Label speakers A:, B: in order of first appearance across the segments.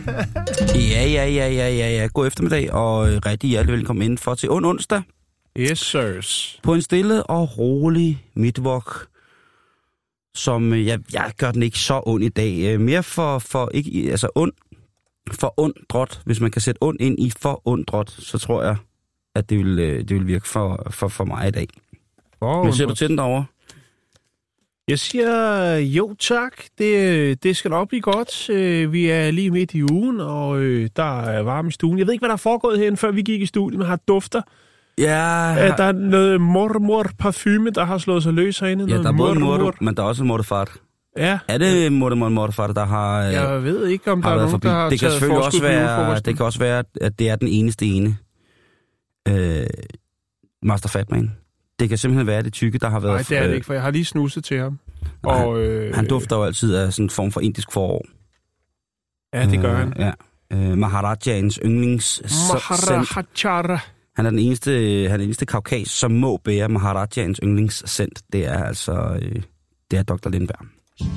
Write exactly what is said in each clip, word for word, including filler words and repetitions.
A: Ja, ja, ja, ja, ja, ja. God eftermiddag, og rigtig hjertelig velkommen indenfor til ond onsdag.
B: Yes, sirs.
A: På en stille og rolig midtvok, som jeg, jeg gør den ikke så ond i dag. Mere for, for ikke, altså ond, for undret. Hvis man kan sætte ond ind i for undret, så tror jeg, at det vil, det vil virke for, for, for mig i dag.
B: Oh,
A: Hvad siger du til den derovre?
B: Jeg siger jo tak. Det, det skal nok blive godt. Vi er lige midt i ugen, og der er varme i stuen. Jeg ved ikke, hvad der er foregået herinde, før vi gik i studiet, men har dufter.
A: Ja.
B: Der er noget mormor parfume, der har slået sig løs herinde.
A: Ja, der er både
B: mormor,
A: mormor, men der er også morfart.
B: Ja.
A: Er det mormor morfart, der har
B: Jeg ved ikke, om der er nogen,
A: forbi.
B: der har
A: Det kan
B: taget
A: selvfølgelig også være,
B: det
A: det kan også være, at det er den eneste ene. Øh, Master Fatman. Det kan simpelthen være det tykke, der har været...
B: Nej, det er det ikke, for jeg har lige snuset til ham.
A: Nej,
B: og, øh,
A: han dufter jo altid af sådan en form for indisk forår.
B: Ja, det gør han.
A: Øh, ja. Øh, Maharajaens yndlings...
B: Maharajara.
A: Han er den eneste, han er den eneste kaukas, som må bære Maharajaens yndlingsscent. Det er altså... Øh, det er doktor Lindberg.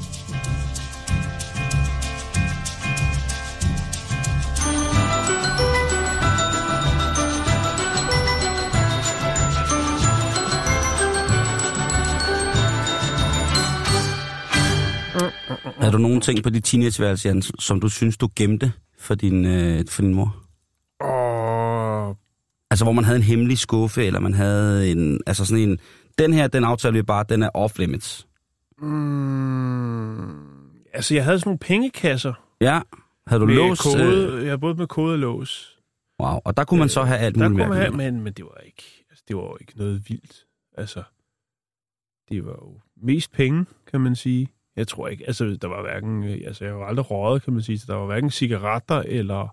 A: Er der nogle ting på dit teenageværelse, Jan, som du synes, du gemte for din, øh, for din mor?
B: Åh...
A: Altså, hvor man havde en hemmelig skuffe, eller man havde en... Altså sådan en... Den her, den aftale vi bare, den er off-limits.
B: Mm, altså, jeg havde sådan nogle pengekasser.
A: Ja. Havde du lås?
B: Kode, øh... Jeg havde både med kode og lås.
A: Wow, og der kunne man så have alt
B: muligt.
A: muligt.
B: Der kunne man have, men, men det var ikke... Altså, det var jo ikke noget vildt. Altså, det var jo mest penge, kan man sige. Jeg tror ikke, altså der var hverken, altså jeg har jo aldrig røget, kan man sige, så der var hverken cigaretter eller,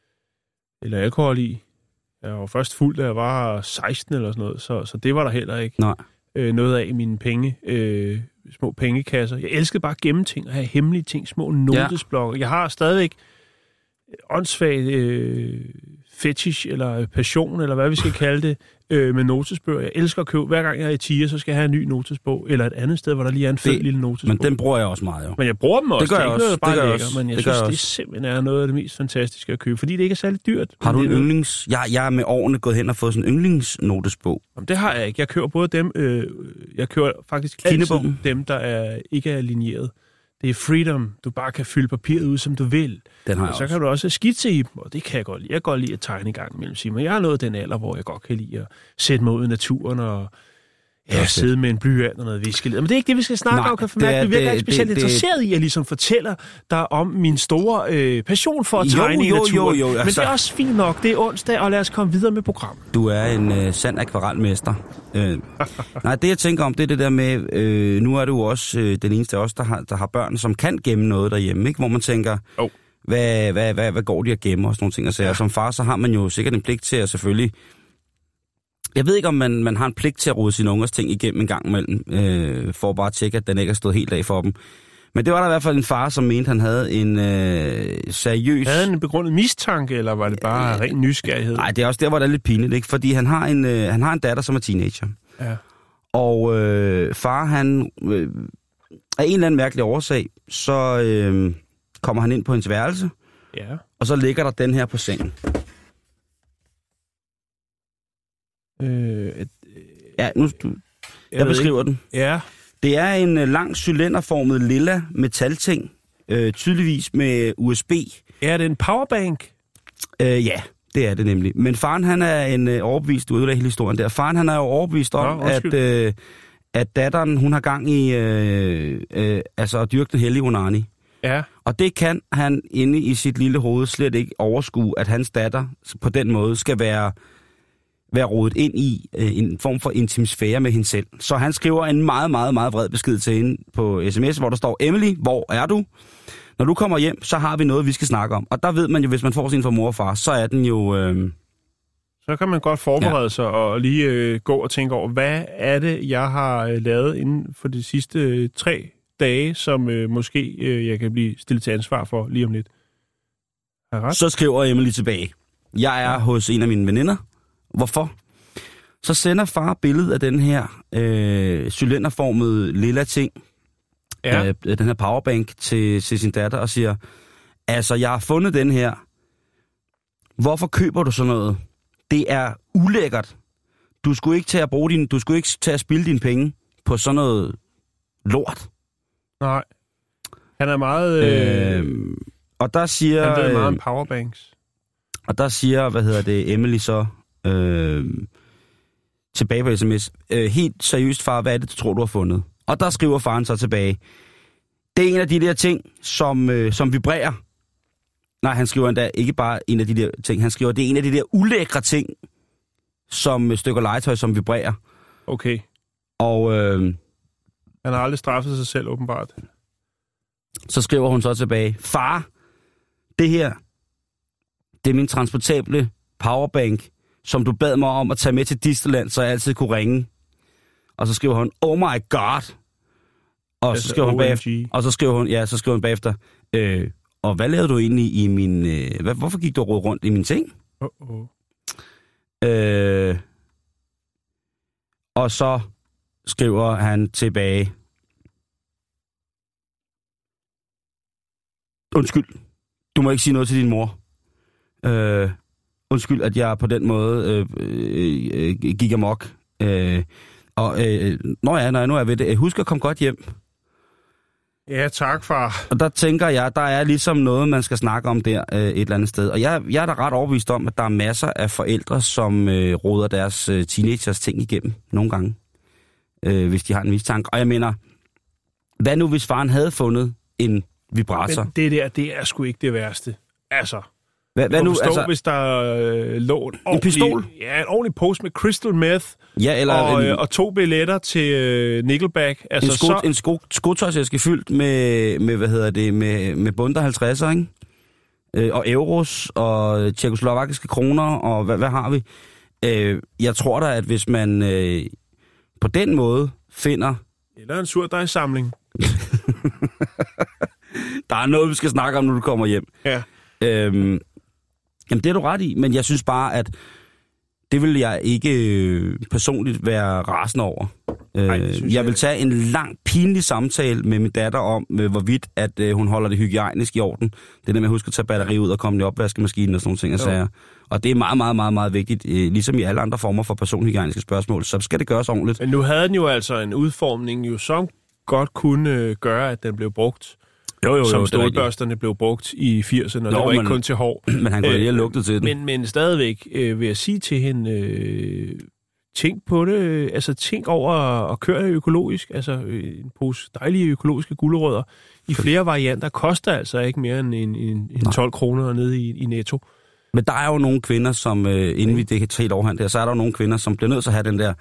B: eller alkohol i. Jeg var først fuld, da jeg var seksten eller sådan noget, så, så det var der heller ikke.
A: Nej.
B: Øh, noget af i mine penge, øh, små pengekasser. Jeg elskede bare at gemme ting og have hemmelige ting, små notesblokke. Ja. Jeg har stadigvæk åndssvagt øh, fetish eller passion, eller hvad vi skal kalde det, øh, med notesbøger. Jeg elsker at købe, hver gang jeg er i T I A, så skal jeg have en ny notesbog, eller et andet sted, hvor der lige er en fed det, lille notesbog.
A: Men den bruger jeg også meget, jo.
B: Men jeg bruger dem også.
A: Det gør jeg også.
B: Noget, bare
A: det gør
B: lækker,
A: også.
B: Men jeg
A: det
B: synes,
A: jeg
B: det simpelthen er noget af det mest fantastiske at købe, fordi det ikke er særlig dyrt.
A: Har du en
B: det
A: yndlings... Jeg, jeg er med årene gået hen og fået sådan en yndlingsnotesbog.
B: Jamen, det har jeg ikke. Jeg køber både dem... Øh, jeg køber faktisk
A: Kindebogen.
B: altid dem, der er, ikke er linjeret. Det er freedom. Du bare kan fylde papiret ud, som du vil.
A: Den har jeg
B: og så
A: også.
B: kan du også skitse i dem, og det kan jeg godt lide. Jeg kan godt lide at tegne i gang imellem sig. Men jeg har nået den alder, hvor jeg godt kan lide at sætte mig ud i naturen og ja, sidde med en blyant og noget viskeled. Men det er ikke det, vi skal snakke
A: Nej,
B: om, kan formærke. Du virker ikke specielt
A: det,
B: interesseret i, at jeg ligesom fortæller dig om min store øh, passion for at tegne
A: jo, jo,
B: i naturen.
A: Jo, jo, jo, altså,
B: men det er også fint nok. Det er onsdag, og lad os komme videre med programmet.
A: Du er en øh, sand akvarelmester. Øh, nej, det jeg tænker om, det er det der med, øh, nu er du også øh, den eneste af os, der har, der har børn, som kan gemme noget derhjemme, ikke? Hvor man tænker,
B: oh.
A: hvad, hvad, hvad, hvad går de at gemme og sådan nogle ting. Og så, ja. Som far, så har man jo sikkert en pligt til at selvfølgelig... Jeg ved ikke, om man, man har en pligt til at rode sine ungers ting igennem en gang imellem, øh, for bare at tjekke, at den ikke er stået helt af for dem. Men det var der i hvert fald en far, som mente, han havde en øh, seriøs...
B: Havde han en begrundet mistanke, eller var det bare øh, ren nysgerrighed?
A: Nej, det er også der, hvor det er lidt pinligt, ikke? Fordi han har en, øh, han har en datter, som er teenager.
B: Ja.
A: Og øh, far, han... Øh, af en eller anden mærkelig årsag, så øh, kommer han ind på hendes værelse,
B: ja.
A: Og så ligger der den her på sengen.
B: Øh, et,
A: ja, nu... Du, jeg, jeg beskriver ikke. Den.
B: Ja.
A: Det er en øh, lang cylinderformet lilla metalting, øh, tydeligvis med U S B.
B: Ja, det er en powerbank?
A: Øh, ja, det er det nemlig. Men faren, han er en øh, overbevist, du udlægger hele historien der. Faren, han er jo overbevist om, ja, at, øh, at datteren, hun har gang i øh, øh, altså at dyrke den hellige onani.
B: Ja.
A: Og det kan han inde i sit lille hoved slet ikke overskue, at hans datter på den måde skal være... være rodet ind i øh, en form for intimsfære med hende selv. Så han skriver en meget, meget, meget vred besked til hende på sms, hvor der står, Emily, hvor er du? Når du kommer hjem, så har vi noget, vi skal snakke om. Og der ved man jo, hvis man får sin fra mor og far, så er den jo... Øh...
B: Så kan man godt forberede ja. sig og lige øh, gå og tænke over, hvad er det, jeg har øh, lavet inden for de sidste øh, tre dage, som øh, måske øh, jeg kan blive stillet til ansvar for lige om lidt. Er ret?
A: Så skriver Emily tilbage. Jeg er ja. hos en af mine veninder. Hvorfor? Så sender far billedet af den her øh, cylinderformede lilla ting,
B: ja.
A: øh, den her powerbank, til, til sin datter og siger, Altså, jeg har fundet den her. Hvorfor køber du sådan noget? Det er ulækkert. Du skulle ikke tage at bruge din, du skulle ikke tage at spilde dine penge på sådan noget lort.
B: Nej. Han er meget... Øh,
A: øh, og der siger...
B: Han ved meget om
A: øh,
B: powerbanks.
A: Og der siger, hvad hedder det, Emily så, øh, tilbage på sms, øh, helt seriøst, far, hvad er det, du tror, du har fundet? Og der skriver faren så tilbage, det er en af de der ting, som, øh, som vibrerer. Nej, han skriver endda ikke bare en af de der ting, han skriver, det er en af de der ulækre ting, som stykker legetøj, som vibrerer.
B: Okay.
A: Og øh,
B: han har aldrig straffet sig selv, åbenbart.
A: Så skriver hun så tilbage, far, det her, det er min transportable powerbank, som du bad mig om at tage med til Disneyland, så jeg altid kunne ringe. Og så skriver hun, oh my god. Og så skriver hun bagefter, og så skriver hun, ja, så skriver hun bagefter, øh, og hvad lavede du egentlig i min, øh, hvad, hvorfor gik du og rode rundt i min ting?
B: Uh-oh.
A: Øh, og så skriver han tilbage, undskyld, du må ikke sige noget til din mor. Øh, undskyld, at jeg på den måde øh, øh, gik amok. Øh, og øh, når jeg, når jeg nu er ved det, husk at komme godt hjem.
B: Ja, tak, far.
A: Og der tænker jeg, der er ligesom noget, man skal snakke om der øh, et eller andet sted. Og jeg, jeg er da ret overbevist om, at der er masser af forældre, som øh, roder deres øh, teenagers ting igennem nogle gange, øh, hvis de har en mistanke. Og jeg mener, hvad nu hvis faren havde fundet en vibrator?
B: Men det der, det er sgu ikke det værste. Altså...
A: Hvad, hvad nu,
B: forstå,
A: altså,
B: hvis der øh, lå en,
A: en pistol?
B: Ja, en ordentlig pose med crystal meth,
A: ja, eller
B: og,
A: en,
B: øh, og to billetter til øh, Nickelback. Altså,
A: en, sko,
B: så...
A: en sko, skotøjsæske fyldt med, med, hvad hedder det, med, med bunter halvtredser, ikke? Øh, og euros, og tjekkoslovakiske kroner, og hvad, hvad har vi? Øh, jeg tror da, at hvis man øh, på den måde finder...
B: Eller en surdejssamling.
A: Der er noget, vi skal snakke om, når du kommer hjem.
B: Ja.
A: Øhm, Jamen, det er du ret i, men jeg synes bare, at det vil jeg ikke øh, personligt være rasende over. Øh, Ej, jeg, jeg vil tage en lang, pinlig samtale med min datter om, med hvorvidt at øh, hun holder det hygiejnisk i orden. Det er det med at huske at tage batteri ud og komme i opvaskemaskinen og sådan nogle ting. Og, sager. Og det er meget, meget, meget, meget vigtigt. Øh, ligesom i alle andre former for personhygiejniske spørgsmål, så skal det gøres ordentligt.
B: Men nu havde den jo altså en udformning, jo som godt kunne øh, gøre, at den blev brugt. Jo, jo, jo, som stålbørsterne blev brugt i firserne, og jo, det var ikke men, kun til hår.
A: Men han kunne lige have lugtet til den.
B: Men, men stadigvæk øh, vil jeg sige til hende, øh, tænk på det, øh, altså tænk over at køre økologisk, altså øh, en pose dejlige økologiske gulerødder i flere varianter, koster altså ikke mere end en, en, en tolv kroner nede i, i Netto.
A: Men der er jo nogle kvinder, som øh, inden vi det kan træde overhånd der, så er der jo nogle kvinder, som bliver nødt til at have den der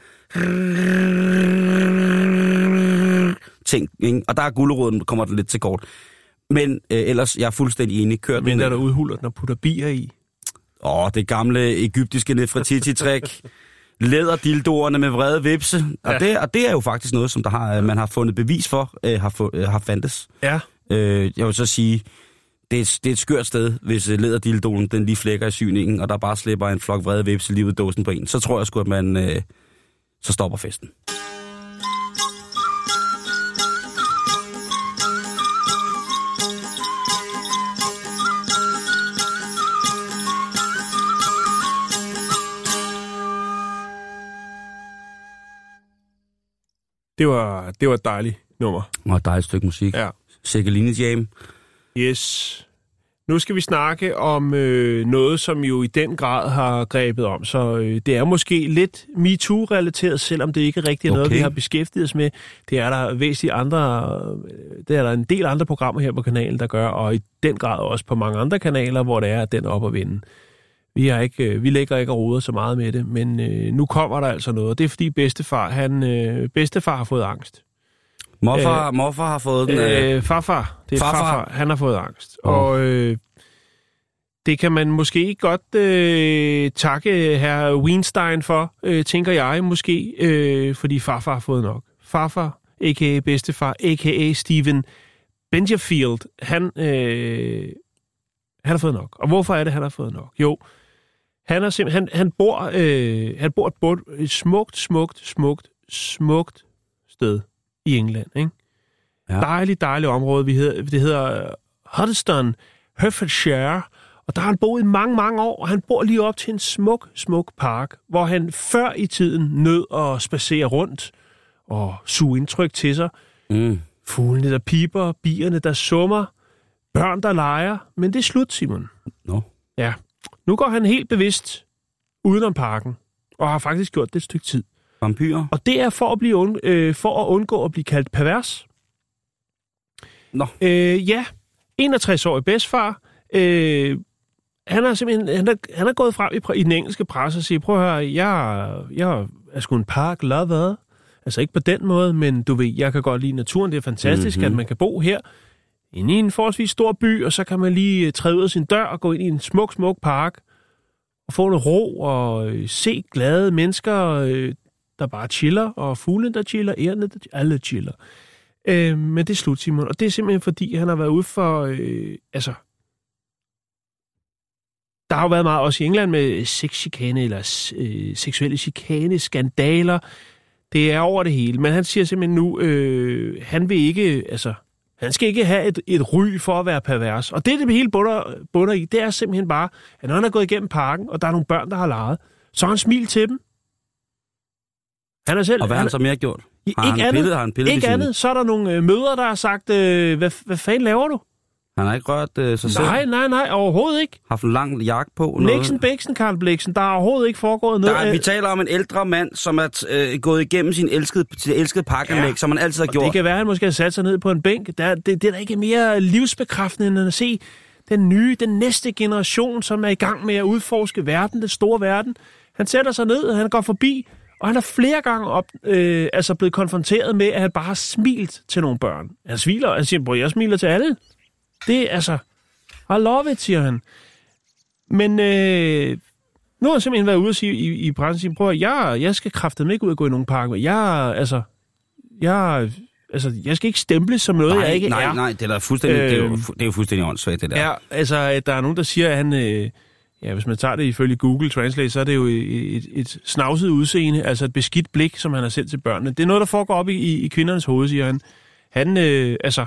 A: ting, ikke? Og der er gulerødden, kommer det lidt til kort. Men øh, ellers, jeg er fuldstændig enig. Kørt
B: Men der er der udhuler, den og putter bier i.
A: Åh, det gamle egyptiske Nefertiti-træk. Læderdildoerne med vrede vipse. Og, ja. det, og det er jo faktisk noget, som der har, man har fundet bevis for, øh, har, få, øh, har fandtes.
B: Ja.
A: Øh, jeg vil så sige, det er, det er et skørt sted, hvis øh, læderdildoen den lige flækker i syningen, og der bare slipper en flok vrede vipse lige ud dåsen på en. Så tror jeg sgu, at man øh, så stopper festen.
B: Det var, det var et dejligt nummer.
A: Og et dejligt stykke musik.
B: Ja.
A: Cirkeline Jam.
B: Yes. Nu skal vi snakke om øh, noget, som jo i den grad har grebet om. Så øh, det er måske lidt MeToo-relateret, selvom det ikke er rigtigt okay. noget, vi har beskæftiget os med. Det er der væsentligt andre, det er der en del andre programmer her på kanalen, der gør, og i den grad også på mange andre kanaler, hvor det er, at den er op at vinde. Vi, har ikke, vi lægger ikke og roder så meget med det, men øh, nu kommer der altså noget. Det er fordi bedstefar, han, øh, bedstefar har fået angst.
A: Morfar, øh, morfar har fået den. Øh,
B: øh, farfar, det er farfar. farfar, han har fået angst. Oh. Og øh, det kan man måske godt øh, takke herr Weinstein for, øh, tænker jeg måske, øh, fordi farfar har fået nok. Farfar, a k a bedstefar, a k a. Steven Benjafield, han... Øh, Han har fået nok. Og hvorfor er det, han har fået nok? Jo, han, er simpel- han, han, bor, øh, han bor et, et smukt, smukt, smukt, smukt sted i England. Ikke? Ja. Dejligt, dejligt område. Vi hedder, det hedder Huddeston Hertfordshire, og der har han boet i mange, mange år, og han bor lige op til en smuk, smuk park, hvor han før i tiden nød at spacere rundt og suge indtryk til sig.
A: Mm.
B: Fuglene, der piper, bierne, der summer, børn, der leger, men det er slut, Simon.
A: No.
B: Ja, nu går han helt bevidst udenom parken, og har faktisk gjort det et stykke tid.
A: Vampyrer?
B: Og det er for at, blive und- øh, for at undgå at blive kaldt pervers.
A: Nå.
B: Øh, ja, enogtres-årig bedstfar. Øh, han er simpelthen han er, han er gået frem i, i den engelske presse og siger, prøv at høre, jeg, jeg er sgu en park lover. Altså ikke på den måde, men du ved, jeg kan godt lide naturen. Det er fantastisk, mm-hmm. at man kan bo her inde i en forholdsvis stor by, og så kan man lige træde ud af sin dør og gå ind i en smuk, smuk park og få noget ro og øh, se glade mennesker, øh, der bare chiller, og fuglene, der chiller, ærerne, der alle chiller. Øh, men det er slut, Simon. Og det er simpelthen, fordi han har været ude for... Øh, altså... Der har jo været meget også i England med sexchikane, eller øh, seksuelle chikane, skandaler. Det er over det hele. Men han siger simpelthen nu, øh, han vil ikke... Altså, han skal ikke have et, et ry for at være pervers. Og det, det hele bunder, bunder i, det er simpelthen bare, at når han er gået igennem parken, og der er nogle børn, der har leget, så har han smilt til dem. Han er selv,
A: og hvad har han så mere gjort? Har
B: ikke
A: han
B: andet,
A: pillet, har han pillet
B: ikke andet. Så er der nogle øh, mødre, der har sagt, øh, hvad, hvad fanden laver du?
A: Han har ikke rørt øh, sig
B: nej,
A: selv?
B: Nej, nej, nej, overhovedet ikke.
A: Haft en lang jakke på?
B: Nixon, Bixen, Karl Bliksen, der er overhovedet ikke foregået noget.
A: Der, vi taler om en ældre mand, som er øh, gået igennem sin elskede, sin elskede pakkeanlæg, ja, som han altid har
B: og
A: gjort.
B: Det kan være, at han måske har sat sig ned på en bænk. Der, det, det er da ikke mere livsbekræftende, end at se den nye, den næste generation, som er i gang med at udforske verden, den store verden. Han sætter sig ned, og han går forbi, og han er flere gange op, øh, altså blevet konfronteret med, at han bare har smilt til nogle børn. Han smiler, og han siger, jeg smiler til alle. Det er altså... I love it, siger han. Men øh, nu har han simpelthen været ude og sige i, i branchen, prøv at jeg, jeg skal kraftedeme ikke ud og gå i nogen park. Jeg, altså, jeg, altså, jeg skal ikke stemple som noget,
A: nej,
B: jeg ikke
A: nej,
B: er.
A: Nej, nej, det er, fuldstændig, øh, det er, jo, det er jo fuldstændig åndssvagt, det der.
B: Ja, altså, der er nogen, der siger, at han... Øh, ja, hvis man tager det ifølge Google Translate, så er det jo et, et, et snavset udseende, altså et beskidt blik, som han har sendt til børnene. Det er noget, der foregår op i, i, i kvindernes hoved, siger han. Han, øh, altså...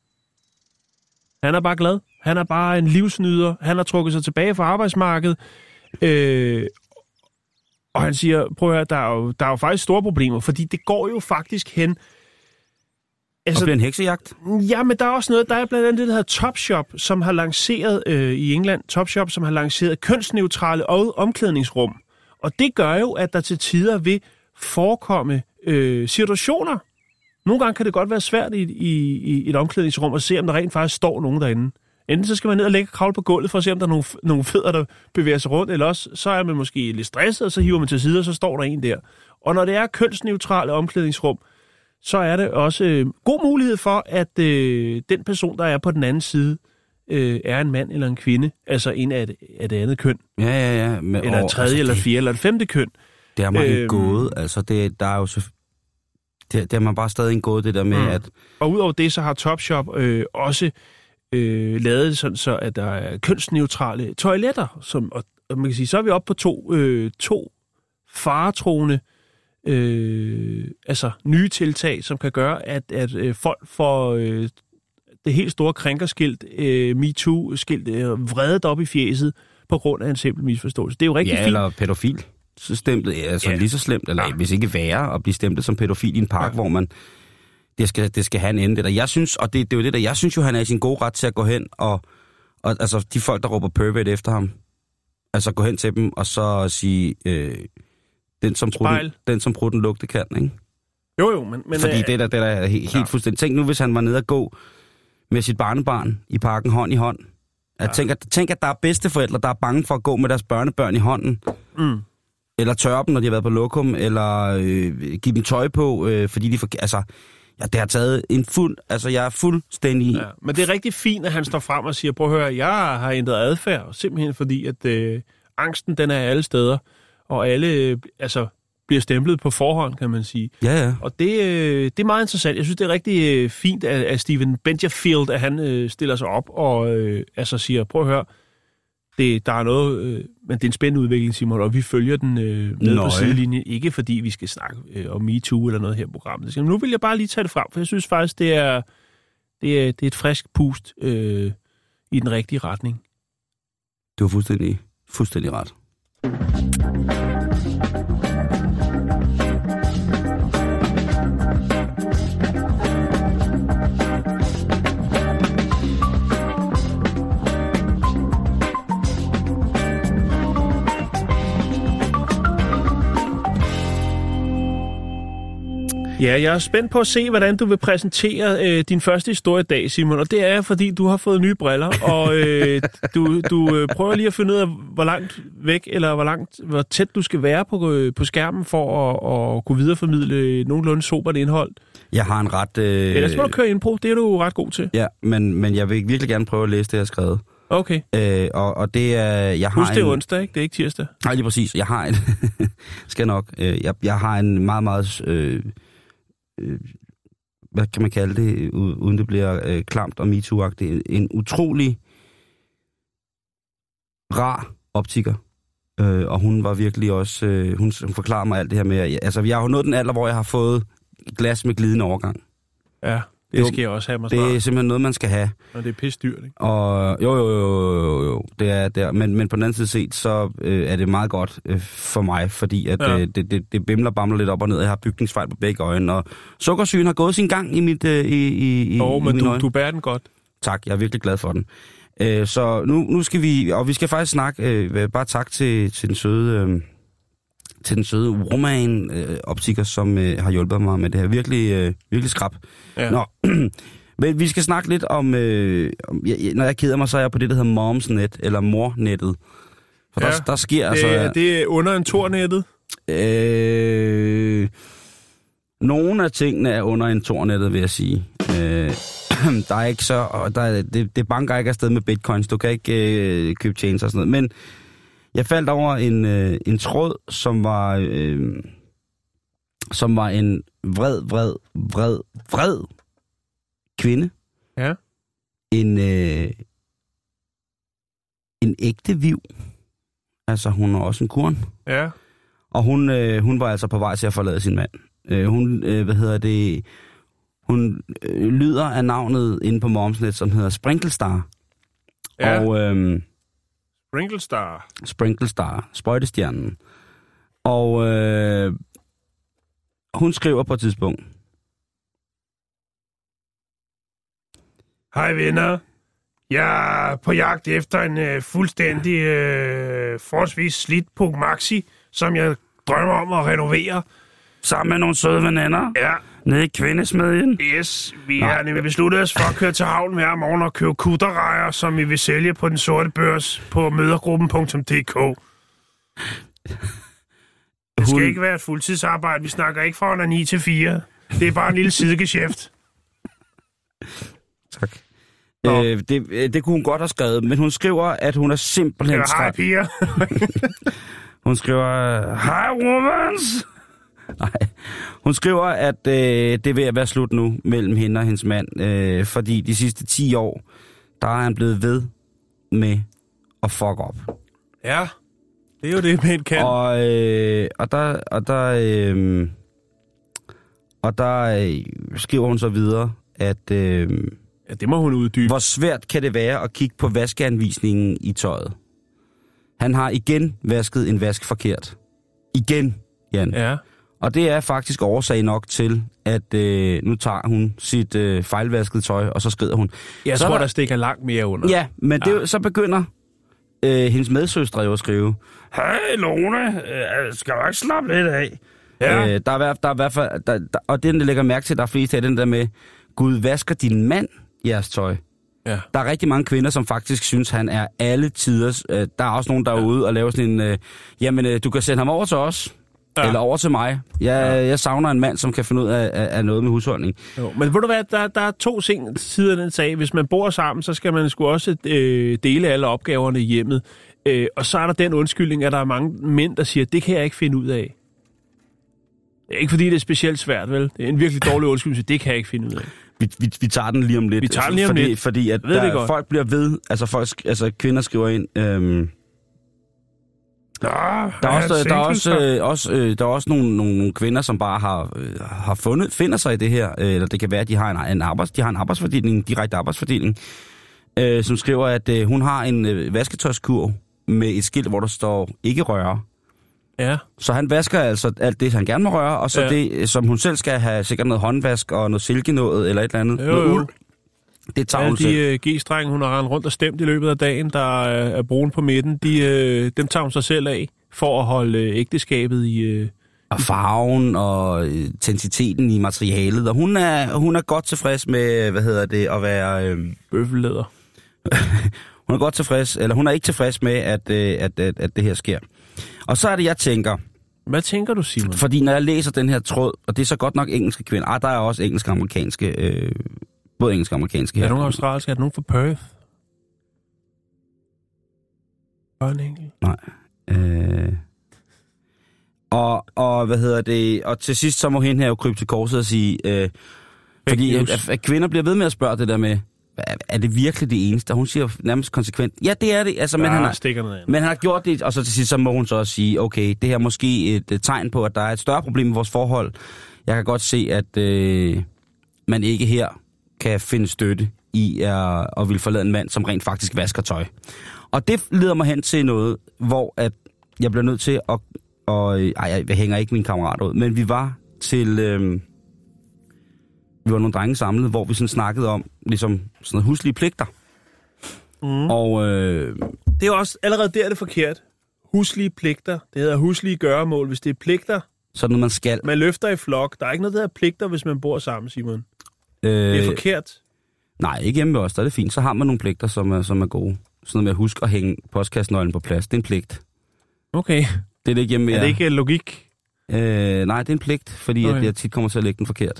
B: Han er bare glad. Han er bare en livsnyder. Han har trukket sig tilbage fra arbejdsmarkedet. Øh, og han siger, prøv at høre, der er, jo, der er jo faktisk store problemer, fordi det går jo faktisk hen...
A: Altså, og bliver en heksejagt?
B: Ja, men der er også noget, der er blandt andet det, der hedder Topshop, som har lanceret øh, i England, Topshop, som har lanceret kønsneutrale og omklædningsrum. Og det gør jo, at der til tider vil forekomme øh, situationer. Nogle gange kan det godt være svært i, i, i et omklædningsrum at se, om der rent faktisk står nogen derinde. Enten så skal man ned og lægge kravle på gulvet for at se, om der er nogle, nogle fødder, der bevæger sig rundt, eller også så er man måske lidt stresset, og så hiver man til side, og så står der en der. Og når det er kønsneutrale omklædningsrum, så er det også øh, god mulighed for, at øh, den person, der er på den anden side, øh, er en mand eller en kvinde, altså en af det, af det andet køn.
A: Ja, ja, ja. Men,
B: eller et tredje, altså, eller fjerde, eller et femte køn.
A: Det er meget øhm, gåde. Altså, det, der er jo så... Det, det er man bare stadig en gåde, det der med, mm. at...
B: Og udover det, så har Topshop øh, også øh, lavet det sådan, så at der er kønsneutrale toiletter. Som, og, og man kan sige, så er vi oppe på to, øh, to faretroende øh, altså nye tiltag, som kan gøre, at, at øh, folk får øh, det helt store krænkerskilt, øh, MeToo-skilt, øh, vredet op i fjeset på grund af en simpel misforståelse. Det er jo rigtig
A: ja,
B: fint.
A: eller pædofil. Så stemplet, altså ja. Lige så slemt, eller ja. Hvis ikke værre, at blive stemplet som pædofil i en park, ja. Hvor man, det skal, det skal have en ende. Det der. Jeg synes, og det, det er jo det der, jeg synes jo, han er i sin gode ret til at gå hen, og, og altså de folk, der råber pervert efter ham, altså gå hen til dem, og så sige, øh, den som pruden, den som pruden lugte kan, ikke?
B: Jo jo, men... men
A: fordi
B: øh,
A: det der, det der er helt, ja. helt fuldstændig. Tænk nu, hvis han var nede og gå med sit barnebarn i parken hånd i hånd. Jeg ja. tænker, tænk, at der er bedsteforældre, der er bange for at gå med deres børnebørn i hånden. Mm. Eller tørre dem, når de har været på lokum, eller øh, give dem tøj på, øh, fordi de får... Altså, ja, det har taget en fuld... Altså, jeg er fuldstændig... Ja,
B: men det er rigtig fint, at han står frem og siger, prøv at høre, jeg har ændret adfærd, simpelthen fordi, at øh, angsten, den er alle steder, og alle øh, altså, bliver stemplet på forhånd, kan man sige.
A: Ja, ja.
B: Og det, øh, det er meget interessant. Jeg synes, det er rigtig øh, fint af, af Steven Benjafield, at han øh, stiller sig op og øh, altså siger, prøv at høre, Det, der er noget, øh, men det er en spændende udvikling, Simon, og vi følger den øh, med på sidelinjen. Ikke fordi vi skal snakke øh, om MeToo eller noget her i programmet. Så nu vil jeg bare lige tage det frem, for jeg synes faktisk, det er, det er, det er et frisk pust øh, i den rigtige retning.
A: Du har fuldstændig, fuldstændig ret.
B: Ja, jeg er spændt på at se, hvordan du vil præsentere øh, din første historie i dag, Simon. Og det er, fordi du har fået nye briller, og øh, du, du øh, prøver lige at finde ud af, hvor langt væk, eller hvor langt, hvor tæt du skal være på, øh, på skærmen, for at, at kunne videreformidle nogenlunde sobert indhold.
A: Jeg har en ret... Øh...
B: Ellers må du køre impro, det er du ret god til.
A: Ja, men, men jeg vil virkelig gerne prøve at læse det, jeg har skrevet.
B: Okay.
A: Øh, og, og det er... Jeg har
B: Husk, det er
A: en...
B: onsdag, ikke? Det er ikke tirsdag.
A: Nej, lige præcis. Jeg har en... skal nok. Øh, jeg, jeg har en meget, meget... Øh... Øh, hvad kan man kalde det, uden det bliver øh, klamt og MeToo-agtigt, en utrolig rar optiker. Øh, og hun var virkelig også, øh, hun, hun forklarer mig alt det her med, altså jeg har jo nået den alder, hvor jeg har fået glas med glidende overgang.
B: Ja, det jo, skal jeg også have mig snart.
A: Det er simpelthen noget, man skal have.
B: Og det er pisse dyrt, ikke?
A: Og jo, jo, jo, jo, jo, det er der. Men, men på den anden side set, så øh, er det meget godt øh, for mig, fordi at, ja. øh, det, det, det bimler bamler lidt op og ned. Jeg har bygningsfejl på begge øjne, og sukkersygen har gået sin gang i mit øh, i, i,
B: oh,
A: i
B: men
A: mine
B: du,
A: øjne.
B: du bærer den godt.
A: Tak, jeg er virkelig glad for den. Øh, så nu, nu skal vi, og vi skal faktisk snakke, øh, bare tak til, til den søde... Øh, til den søde roman øh, optiker, som øh, har hjulpet mig med det her. Virkelig, øh, virkelig skrab. Ja. Nå, men vi skal snakke lidt om, øh, om ja, når jeg keder mig, så er jeg på det, der hedder Momsnet, eller mornettet. For ja, der, der sker
B: det,
A: altså...
B: Er det under en tornettet?
A: Øh, nogle af tingene er under en tornettet, vil jeg sige. Øh, der er ikke så... Der er, det, det banker ikke afsted med bitcoins. Du kan ikke øh, købe chains og sådan noget. Men jeg faldt over en, øh, en tråd, som var, øh, som var en vred, vred, vred, vred kvinde.
B: Ja.
A: En, øh, en ægte viv. Altså, hun er også en kurn.
B: Ja.
A: Og hun, øh, hun var altså på vej til at forlade sin mand. Øh, hun, øh, hvad hedder det, hun øh, lyder af navnet inde på Momsnet, som hedder Sprinklestar.
B: Ja.
A: Og... Øh,
B: Sprinklestar.
A: Sprinklestar, sprøjtestjernen. Og øh, hun skriver på et tidspunkt.
B: Hej venner. Jeg er på jagt efter en øh, fuldstændig øh, forholdsvis slidt Puk Maxi, som jeg drømmer om at renovere.
A: Sammen med nogle søde veninder.
B: Ja.
A: Nede i kvindesmedien.
B: Yes, vi har nemlig besluttet os for at køre til havn hver morgen og købe kutterrejer, som vi vil sælge på den sorte børs på mødergruppen punktum d k. Det skal ikke være et fuldtidsarbejde. Vi snakker ikke fra under ni til fire. Det er bare en lille sidegeschæft.
A: Tak. Øh, det, det kunne hun godt have skrevet, men hun skriver, at hun er simpelthen...
B: Det er hej, piger.
A: Hun skriver, hej, romans. Nej, hun skriver, at øh, det er ved at være slut nu mellem hende og hendes mand, øh, fordi de sidste ti år, der er han blevet ved med at fuck op.
B: Ja, det er jo det, man kan.
A: Og, øh, og der, og der, øh, og der øh, skriver hun så videre, at... Øh,
B: ja, det må hun uddybe.
A: Hvor svært kan det være at kigge på vaskeanvisningen i tøjet? Han har igen vasket en vask forkert. Igen, Jan.
B: Ja.
A: Og det er faktisk årsag nok til, at øh, nu tager hun sit øh, fejlvaskede tøj, og så skrider hun.
B: Jeg
A: så
B: tror,
A: der,
B: der stikker langt mere under.
A: Ja, men det, ja. Så begynder øh, hendes medsøstre jo at skrive, hey Lone, øh, skal du ikke slappe lidt af? Ja. Øh, der, er, der er i hvert fald, der, der, og den, der lægger mærke til, der er flest af den der med, Gud, vasker din mand jeres tøj?
B: Ja. Der
A: er rigtig mange kvinder, som faktisk synes, han er alle tiders. Øh, der er også nogen, der er ja. ude og laver sådan en, øh, jamen, øh, du kan sende ham over til os. Ja. Eller over til mig. Jeg, ja. jeg savner en mand, som kan finde ud af, af, af noget med husholdning.
B: Jo, men ved du hvad, der, der er to ting sider af den sag. Hvis man bor sammen, så skal man sgu også øh, dele alle opgaverne i hjemmet. Øh, og så er der den undskyldning, at der er mange mænd, der siger, det kan jeg ikke finde ud af. Ikke fordi det er specielt svært, vel? Det er en virkelig dårlig undskyldning, det kan jeg ikke finde ud af.
A: Vi, vi, vi tager den lige om lidt.
B: Vi tager den lige om
A: fordi,
B: lidt.
A: Fordi at der, folk bliver ved, altså, folk, altså kvinder skriver ind... Øhm,
B: Ja,
A: der er også, der er også, øh, også, øh, der er også nogle, nogle, nogle kvinder, som bare har, øh, har fundet, finder sig i det her, øh, eller det kan være, at de har en, en, arbejds, de har en arbejdsfordeling, en direkte arbejdsfordeling, øh, som skriver, at øh, hun har en øh, vasketøjskurv med et skilt, hvor der står ikke røre.
B: Ja.
A: Så han vasker altså alt det, han gerne må røre, og så ja. det, som hun selv skal have, sikkert noget håndvask og noget silkenådet eller et eller andet.
B: Jo,
A: noget
B: jo.
A: uld. Det tager hun
B: de
A: selv.
B: uh, G-strenge, hun har rendt rundt og stemt i løbet af dagen, der er, er brune på midten, de, uh, dem tager hun sig selv af for at holde uh, ægteskabet i... Uh,
A: og farven og intensiteten i materialet. Og hun er, hun er godt tilfreds med, hvad hedder det, at være... Øh...
B: Bøffellæder.
A: Hun er godt tilfreds, eller hun er ikke tilfreds med, at, at, at, at det her sker. Og så er det, jeg tænker...
B: Hvad tænker du, Simon?
A: Fordi når jeg læser den her tråd, og det er så godt nok engelske kvinder... Ah, der er også engelske og amerikanske... Øh, både engelske og amerikanske her.
B: Er der nogen australske? Er der nogen fra Perth? Bare en enkelt?
A: Nej. Øh... Og, og, hvad hedder det... Og til sidst, så må hende her jo krybe til korset og sige... Øh, fordi at, at kvinder bliver ved med at spørge det der med... Er det virkelig det eneste? Og hun siger nærmest konsekvent, ja, det er det. Altså, men, han har, men han har gjort det, og så til sidst, så må hun så også sige, okay, det her er måske et, et tegn på, at der er et større problem i vores forhold. Jeg kan godt se, at øh, man ikke her kan finde støtte i at, at ville forlade en mand, som rent faktisk vasker tøj. Og det leder mig hen til noget, hvor at jeg bliver nødt til at... Og, ej, jeg hænger ikke min kammerat ud, men vi var til... Øh, Vi var nogle drenge samlet, hvor vi sådan snakkede om ligesom sådan noget huslige pligter. Mm. Og øh,
B: det er jo også allerede der er det forkert. Huslige pligter. Det hedder huslige gøremål. Hvis det er pligter,
A: så noget man skal.
B: Man løfter i flok. Der er ikke noget, der hedder pligter, hvis man bor sammen, Simon. Øh, det er forkert.
A: Nej, ikke hjemme med os. Der er det fint. Så har man nogle pligter, som er, som er gode. Sådan noget med at huske at hænge postkassenøglen på plads. Det er en pligt.
B: Okay.
A: Det er det ikke hjemme med
B: Er det ikke logik?
A: Øh, nej, det er en pligt, fordi okay. at jeg tit kommer til at lægge den forkert.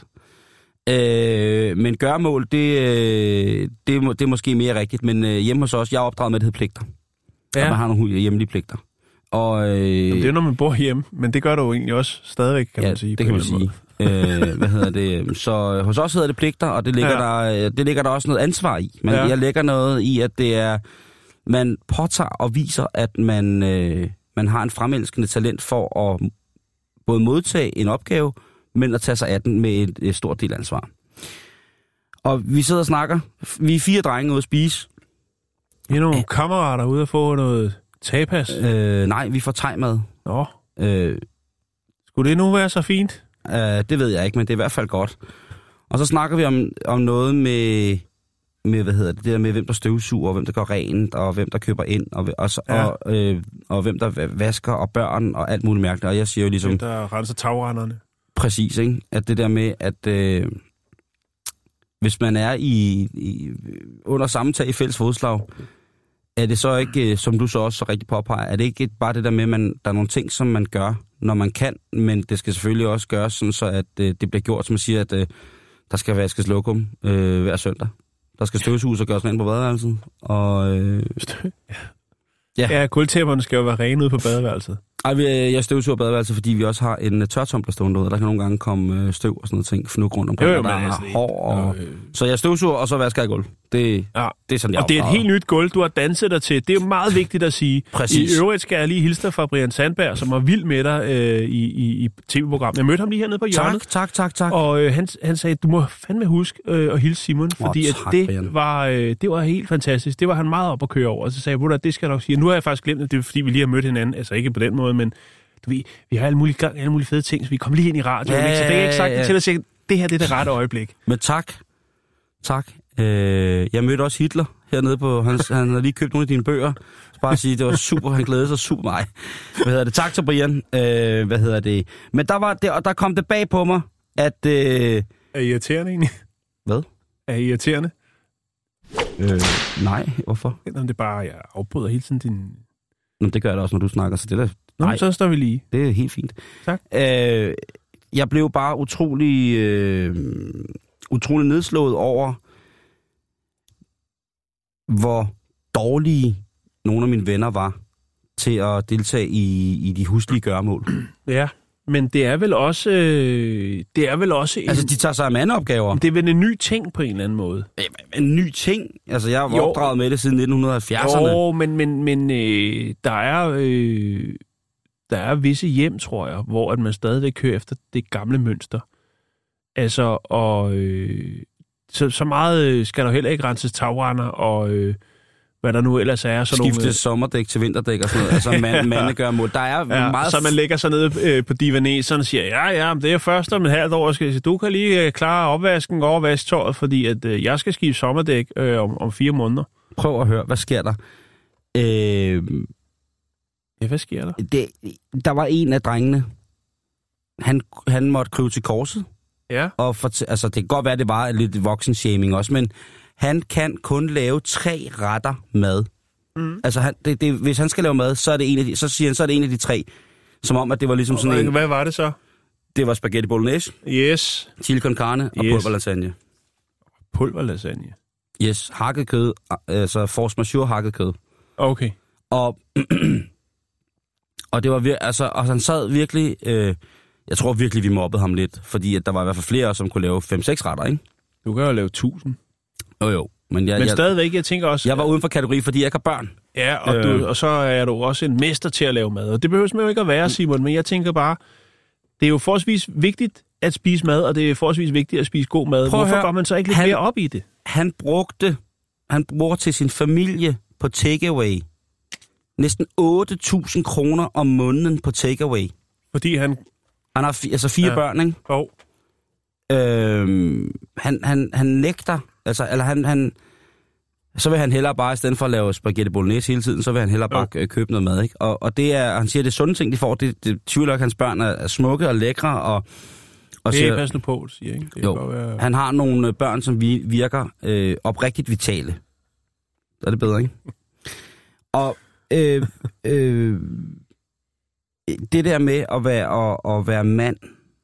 A: Øh, men gørmål, det, øh, det, det er måske mere rigtigt, men øh, hjemme hos os, jeg er opdraget med, at det hedder pligter. Ja. At man har nogle hjemlige pligter. Og, øh,
B: Jamen, det er, når man bor hjemme, men det gør du jo egentlig også stadigvæk, kan
A: ja,
B: man sige.
A: det kan man sige. øh, hvad hedder det? Så hos os hedder det pligter, og det ligger, ja. der, det ligger der også noget ansvar i. Men ja. jeg lægger noget i, at det er, man påtager og viser, at man, øh, man har en fremelskende talent for at både modtage en opgave, men at tage sig af den med et, et stort del ansvar. Og vi sidder og snakker. Vi er fire drenge ude at spise.
B: I er nogle kammerater ude at få noget tapas?
A: Øh, nej, vi får thai-mad.
B: Nå. Øh, Skulle det nu være så fint?
A: Øh, det ved jeg ikke, men det er i hvert fald godt. Og så snakker vi om, om noget med, med, hvad hedder det, det der med, hvem der støvsuger, og hvem der går rent, og hvem der køber ind, og, og, ja. og, øh, og hvem der vasker, og børn, og alt muligt mærkeligt. Og jeg siger jo ligesom...
B: Hvem der renser tagrenderne.
A: Præcis, ikke? At det der med, at øh, hvis man er i, i under samme tag i fælles fodslag, er det så ikke, som du så også så rigtig påpeger, er det ikke bare det der med, at man, der er nogle ting, som man gør, når man kan, men det skal selvfølgelig også gøres sådan, så at øh, det bliver gjort, som man siger, at øh, der skal vaskes lokum øh, hver søndag. Der skal støvsuges og gøres rent på badeværelset. Og, øh,
B: ja, ja gulvtæpperne skal jo være rene ude på badeværelset.
A: Ej, jeg støvsuger badeværelset, fordi vi også har en tørretumbler stående ud. Der kan nogle gange komme støv og sådan noget ting, fnug rundt omkring,
B: jo, jo,
A: der er hår. Og... Øh... Så jeg støvsuger, og så vasker jeg gulv. Det, ja. det er sådan, jeg
B: Og det er et helt nyt gulv, du har danset dig til. Det er jo meget vigtigt at sige.
A: Præcis.
B: I øvrigt skal jeg lige hilse dig fra Brian Sandberg, som var vild med dig øh, i, i, i tv-programmet. Jeg mødte ham lige hernede på hjørnet.
A: Tak, tak, tak, tak.
B: Og øh, han, han sagde, du må fandme huske øh, at hilse Simon, fordi oh, tak, at det, var, øh, det var helt fantastisk. Det var han meget op at køre over. Og så sagde jeg, det skal jeg nok sige. Nu har jeg faktisk glemt, at det er fordi, vi lige har mødt hinanden. Altså ikke på den måde, men du ved, vi har alle mulige, alle mulige fede ting, så vi kom lige ind i radioen. Ja, så det er ikke sagt ja, ja. til at sige, det her det er det rette øjeblik.
A: Men tak. Tak. Øh, jeg mødte også Hitler hernede på, han, han har lige købt nogle af dine bøger. Så bare at sige, det var super, han glædede sig super mig. Hvad hedder det? Tak til Brian. Øh, hvad hedder det? Men der var det, og der kom det bag på mig, at... Øh...
B: Er I irriterende egentlig?
A: Hvad?
B: Er I irriterende?
A: Øh, nej, hvorfor?
B: Eller det er bare, jeg afbryder hele tiden din...
A: Nå, det gør jeg da også, når du snakker, så det er
B: Nå, nej, så står vi lige.
A: Det er helt fint.
B: Tak.
A: Øh, jeg blev bare utrolig, øh, utrolig nedslået over, hvor dårlige nogle af mine venner var til at deltage i, i de huslige gøremål.
B: Ja, men det er vel også... Øh, det er vel også en,
A: altså, de tager sig af mandeopgaver.
B: Det er vel en ny ting på en eller anden måde.
A: En ny ting? Altså, jeg var jo opdraget med det siden nitten halvfjerdserne.
B: Jo, men, men, men øh, der er... Øh, Der er visse hjem, tror jeg, hvor at man stadigvæk kører efter det gamle mønster. Altså, og øh, så, så meget øh, skal der heller ikke renses tagrender og øh, hvad der nu ellers er. Så
A: Skifte
B: nogle,
A: sommerdæk til vinterdæk og sådan noget. Altså man, mande gør mål. Der er
B: ja,
A: meget...
B: Så man lægger sig ned øh, på divaneseren og siger, ja, ja, det er først om et halvt år. Skal jeg, du kan lige øh, klare opvasken og vasketøjet, fordi at, øh, jeg skal skifte sommerdæk øh, om, om fire måneder.
A: Prøv at høre, hvad sker der? Øh,
B: ja, hvad sker der?
A: Det, der var en af drengene, han, han måtte krybe til korset.
B: Ja.
A: Og for, altså, det kan godt være, at det var lidt voksenshaming også, men han kan kun lave tre retter mad. Mm. Altså, han, det, det, hvis han skal lave mad, så er det en af de, så siger han, så er det en af de tre. Som om, at det var ligesom sådan
B: hvad,
A: en...
B: Hvad var det så?
A: Det var spaghetti bolognese.
B: Yes.
A: Chili con carne og
B: yes.
A: pulverlasagne.
B: Pulverlasagne?
A: Yes, hakket kød, altså force majeure hakket kød.
B: Okay.
A: Og, og det var vir- altså, og han sad virkelig... Øh, jeg tror virkelig, vi mobbede ham lidt, fordi at der var i hvert fald flere, som kunne lave fem seks retter, ikke?
B: Du kan jo lave tusind.
A: Jo, jo. Men, jeg,
B: men
A: jeg,
B: stadigvæk, jeg tænker også...
A: Jeg var uden for kategori, fordi jeg ikke har børn.
B: Ja, og, øh. du, og så er du også en mester til at lave mad. Og det behøver man jo ikke at være, Simon, men jeg tænker bare, det er jo forholdsvis vigtigt at spise mad, og det er forholdsvis vigtigt at spise god mad. Hvorfor går man så ikke lidt han, mere op i det?
A: Han brugte, han bruger til sin familie på takeaway næsten otte tusind kroner om måneden på takeaway.
B: Fordi han...
A: Han har fi, altså fire ja. børn, ikke?
B: Jo.
A: Øhm, han, han, han nægter, altså, eller han, han, så vil han hellere bare, i stedet for at lave spaghetti bolognese hele tiden, så vil han hellere bare jo. købe noget mad, ikke? Og, og det er, han siger, det er sunde ting, de får, det, det tvivler ikke, hans børn er, er smukke og lækre, og... og
B: det er passende på, siger, ikke? Det
A: jo,
B: være...
A: han har nogle børn, som vi, virker øh, oprigtigt vitale. Er det bedre, ikke? Og øh, øh, det der med at være, at, at være mand,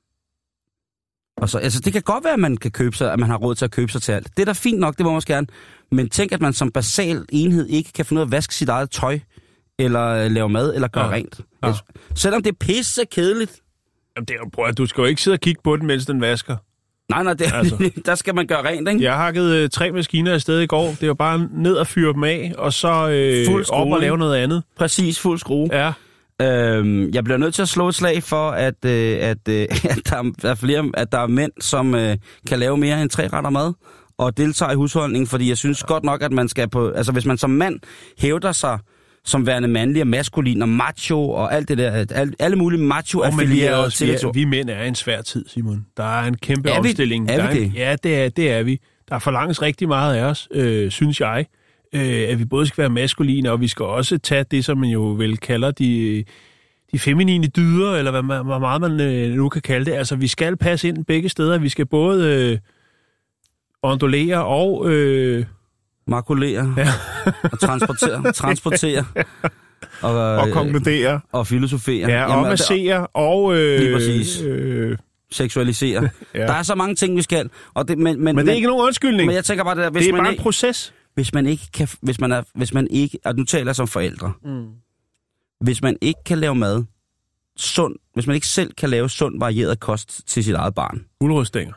A: og så, altså det kan godt være, at man kan købe sig, at man har råd til at købe sig til alt. Det er da fint nok, det må man også gerne. Men tænk, at man som basal enhed ikke kan finde ud af at vaske sit eget tøj, eller lave mad, eller gøre ja. rent. Ja. Altså, selvom det er pisse kedeligt.
B: Jamen det er jo, prøv at du skal jo ikke sidde og kigge på den, mens den vasker.
A: Nej, nej, det, altså. Der skal man gøre rent, ikke?
B: Jeg har hakket øh, tre maskiner afsted i går. Det var bare ned og fyre dem af, og så øh, op og lave noget andet.
A: Præcis, fuld skrue.
B: Ja.
A: Øhm, jeg bliver nødt til at slå et slag for, at, øh, at, øh, at, der er flere, at der er mænd, som øh, kan lave mere end tre retter mad, og deltager i husholdningen, fordi jeg synes ja. godt nok, at man skal på... Altså, hvis man som mand hævder sig som værende mandlig og maskulin og macho og alt det der, alle, alle mulige macho-affilierede
B: oh, vi, vi mænd er i en svær tid, Simon. Der er en kæmpe
A: er vi,
B: omstilling.
A: Er vi
B: der er en,
A: det?
B: Ja, det er, det er vi. Der forlanges rigtig meget af os, øh, synes jeg. Øh, at vi både skal være maskuline, og vi skal også tage det, som man jo vel kalder de, de feminine dyder, eller hvad, man, hvor meget man øh, nu kan kalde det. Altså, vi skal passe ind begge steder. Vi skal både øh, ondulere og... Øh,
A: makulere ja. og transportere, transportere
B: og, og konkludere
A: og filosofere.
B: Ja, og massere og... Øh,
A: lige præcis. Øh, seksualisere. Ja. Der er så mange ting, vi skal. Og det, men, men,
B: men det er ikke nogen undskyldning.
A: Men jeg tænker bare, det, der, hvis
B: det er
A: man
B: bare
A: ikke,
B: en proces.
A: Hvis man ikke kan... Hvis man, er, hvis man ikke... Og nu taler jeg som forældre. Mm. Hvis man ikke kan lave mad sund... Hvis man ikke selv kan lave sund, varieret kost til sit eget barn.
B: Gulerodsstænger.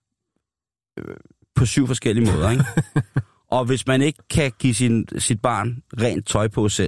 A: På syv forskellige måder, ikke? Og hvis man ikke kan give sin, sit barn rent tøj på selv.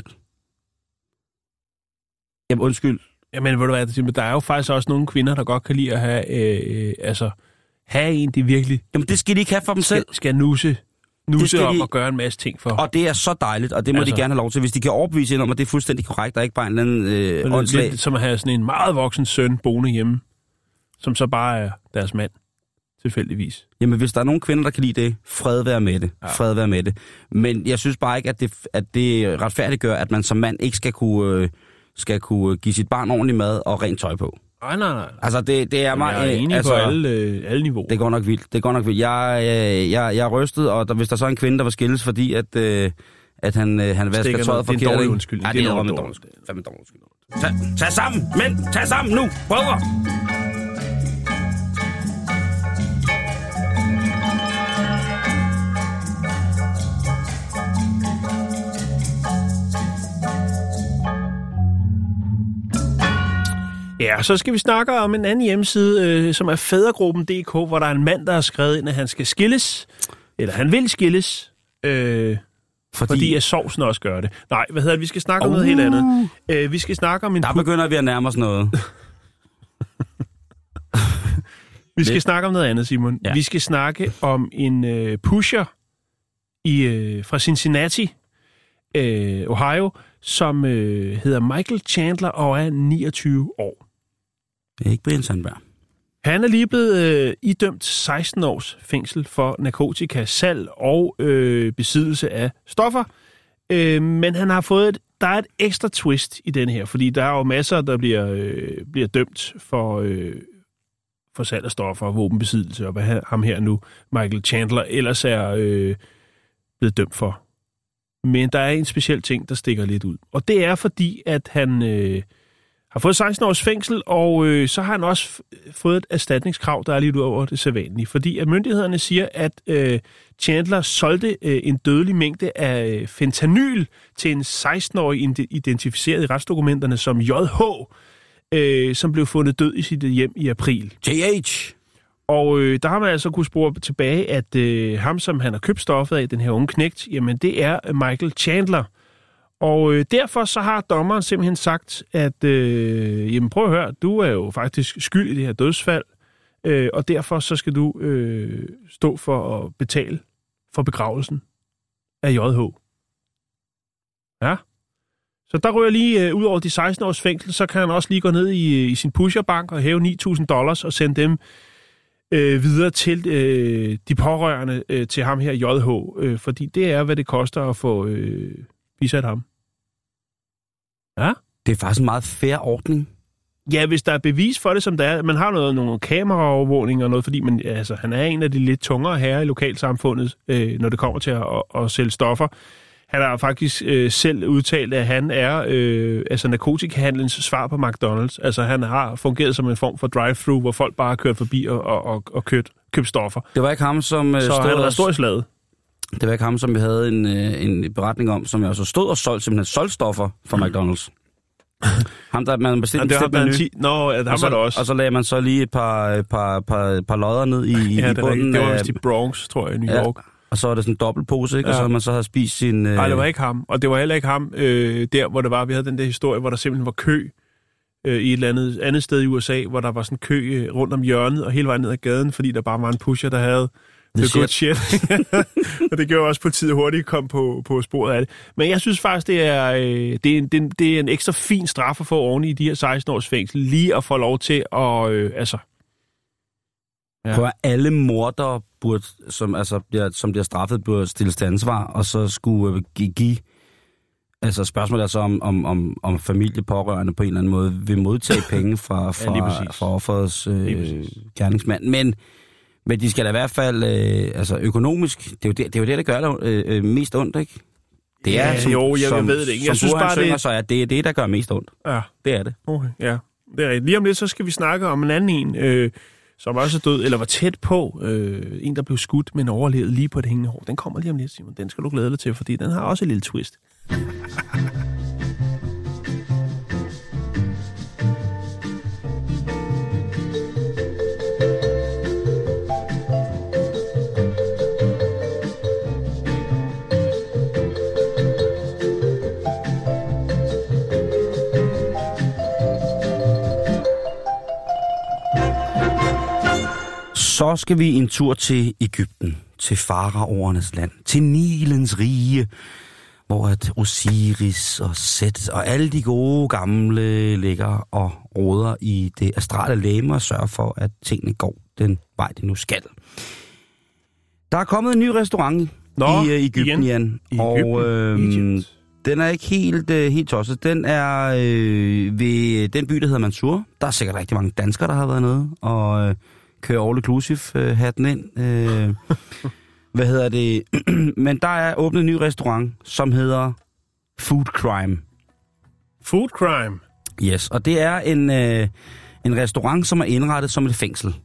A: Jamen undskyld.
B: Jamen ved du hvad, der er jo faktisk også nogle kvinder, der godt kan lide at have, øh, altså, have en, de virkelig...
A: Jamen det skal de ikke have for dem
B: skal,
A: selv.
B: Skal nusse, nusse om
A: de...
B: og gøre en masse ting for.
A: Og det er så dejligt, og det må altså... de gerne have lov til. Hvis de kan overbevise ind om, at det er fuldstændig korrekt, og ikke bare en eller anden øh, åndslag.
B: Lidt som at have sådan en meget voksen søn boende hjemme, som så bare er deres mand. Tilfældigvis.
A: Jamen, hvis der er nogle kvinder, der kan lide det, fred være med det. Ja. Fred være med det. Men jeg synes bare ikke, at det, at det retfærdiggør, at man som mand ikke skal kunne, øh, skal kunne give sit barn ordentlig mad og rent tøj på.
B: Nej, nej, nej.
A: Altså, det, det er
B: Jamen,
A: meget...
B: Jeg er enig
A: altså,
B: på alle, øh, alle niveauer.
A: Det går nok vildt. Det går nok vildt. Jeg, jeg, jeg, jeg er rystet, og der, hvis der så er en kvinde, der var skilles, fordi at, øh, at han, øh, han vasker tøjet forkert.
B: Det er en dårlig undskyldning.
A: Ja, det er en dårlig undskyldning. Fandme dårlig undskyldning. Tag, tag sammen, mænd! Tag sammen nu! Prøver!
B: Ja, så skal vi snakke om en anden hjemmeside, øh, som er fædregruppen punktum d k, hvor der er en mand, der har skrevet ind, at han skal skilles, eller han vil skilles, øh, fordi... fordi at sovsen også gør det. Nej, hvad hedder det? Vi skal snakke oh. om noget helt andet. Øh, vi skal snakke om en...
A: Der begynder vi at nærme os noget.
B: Vi skal det... snakke om noget andet, Simon. Ja. Vi skal snakke om en øh, pusher i, øh, fra Cincinnati, øh, Ohio, som øh, hedder Michael Chandler og er niogtyve år.
A: Det er ikke Brian Sandberg.
B: Han er lige blevet øh, idømt seksten års fængsel for narkotika, salg og øh, besiddelse af stoffer. Øh, men han har fået et, der er et ekstra twist i den her, fordi der er jo masser, der bliver, øh, bliver dømt for, øh, for salg af stoffer og våbenbesiddelse, og hvad ham her nu, Michael Chandler, ellers er øh, blevet dømt for. Men der er en speciel ting, der stikker lidt ud. Og det er fordi, at han øh, har fået seksten års fængsel, og øh, så har han også f- fået et erstatningskrav, der er lidt ud over det sædvanlige. Fordi at myndighederne siger, at øh, Chandler solgte øh, en dødelig mængde af fentanyl til en seksten-årig identificeret i retsdokumenterne som J H, øh, som blev fundet død i sit hjem i april.
A: J H!
B: Og øh, der har man altså kunne spore tilbage, at øh, ham, som han har købt stoffet af, den her unge knægt, jamen det er Michael Chandler. Og øh, derfor så har dommeren simpelthen sagt, at øh, jamen prøv at høre, du er jo faktisk skyld i det her dødsfald, øh, og derfor så skal du øh, stå for at betale for begravelsen af J H. Ja. Så der ryger lige øh, ud over de seksten års fængsel, så kan han også lige gå ned i, i sin pusherbank og hæve ni tusind dollars og sende dem øh, videre til øh, de pårørende øh, til ham her J H, øh, fordi det er, hvad det koster at få øh, bisat ham. Ja?
A: Det er faktisk en meget fair ordning.
B: Ja, hvis der er bevis for det, som der er. Man har noget, nogle kameraovervågning og noget, fordi man, altså, han er en af de lidt tungere herrer i lokalsamfundet, øh, når det kommer til at, at, at sælge stoffer. Han har faktisk øh, selv udtalt, at han er øh, altså narkotikahandlens svar på McDonald's. Altså han har fungeret som en form for drive-thru, hvor folk bare har kørt forbi og, og, og, og købt, købt stoffer.
A: Det var ikke ham, som... Øh,
B: Så han var stor i slaget.
A: Det var ikke ham, som vi havde en, øh, en beretning om, som jeg også stod og solgte, simpelthen solgte stoffer fra McDonald's. Ham, der man bestilte
B: ja,
A: en menu.
B: Ti- Nå, ja, ham var det også.
A: Og så lagde man så lige et par, par, par, par lodder ned i,
B: ja,
A: i bunden.
B: Det var vist i Bronx, tror jeg, i New York.
A: Ja. Og så var det sådan en dobbeltpose, ikke? Ja. Og så man så havde spist sin... Øh...
B: Nej, det var ikke ham. Og det var heller ikke ham, øh, der hvor det var, vi havde den der historie, hvor der simpelthen var kø øh, i et eller andet, andet sted i U S A, hvor der var sådan kø øh, rundt om hjørnet og hele vejen ned ad gaden, fordi der bare var en pusher, der havde the good shit. Og det gjorde også politiet hurtigt kom på, på sporet af det. Men jeg synes faktisk, det er, øh, det er, en, det er, det er en ekstra fin straf at få oven i de her seksten års fængsel, lige at få lov til at... Øh, altså,
A: Ja. På alle mordere, burde, som, altså, bliver, som bliver straffet, burde stilles til ansvar, og så skulle give, give altså spørgsmålet altså om, om, om, om familiepårørende på en eller anden måde vil modtage penge fra, fra, ja, fra offerets øh, gerningsmand. Men, men de skal da i hvert fald, øh, altså økonomisk, det er jo det, det, er jo det der gør det øh, mest ondt, ikke? Det er,
B: ja,
A: som,
B: jo, jeg
A: som,
B: ved det ikke. Jeg
A: som
B: synes bare,
A: synger,
B: det...
A: så er det det, der gør mest ondt.
B: Ja.
A: Det er det.
B: Okay, ja. Det er rigtigt. Lige om lidt, så skal vi snakke om en anden en, øh, som også er død, eller var tæt på. Øh, en, der blev skudt, men overlevede lige på et hængende hår. Den kommer lige om lidt, Simon. Den skal du glæde dig til, fordi den har også et lille twist.
A: Så skal vi en tur til Egypten, til faraoernes land, til Nilens rige, hvor at Osiris og Set og alle de gode gamle ligger og roder i det astrale legeme og sørger for, at tingene går den vej, de nu skal. Der er kommet en ny restaurant Nå, i uh, Egypten, Jan, og øh, den er ikke helt, uh, helt tosset. Den er øh, ved den by, der hedder Mansour. Der er sikkert rigtig mange danskere, der har været nede og... Øh, kører all inclusive hatten ind. Øh, hvad hedder det? Men der er åbnet en ny restaurant, som hedder Food Crime.
B: Food Crime?
A: Yes, og det er en, øh, en restaurant, som er indrettet som et fængsel.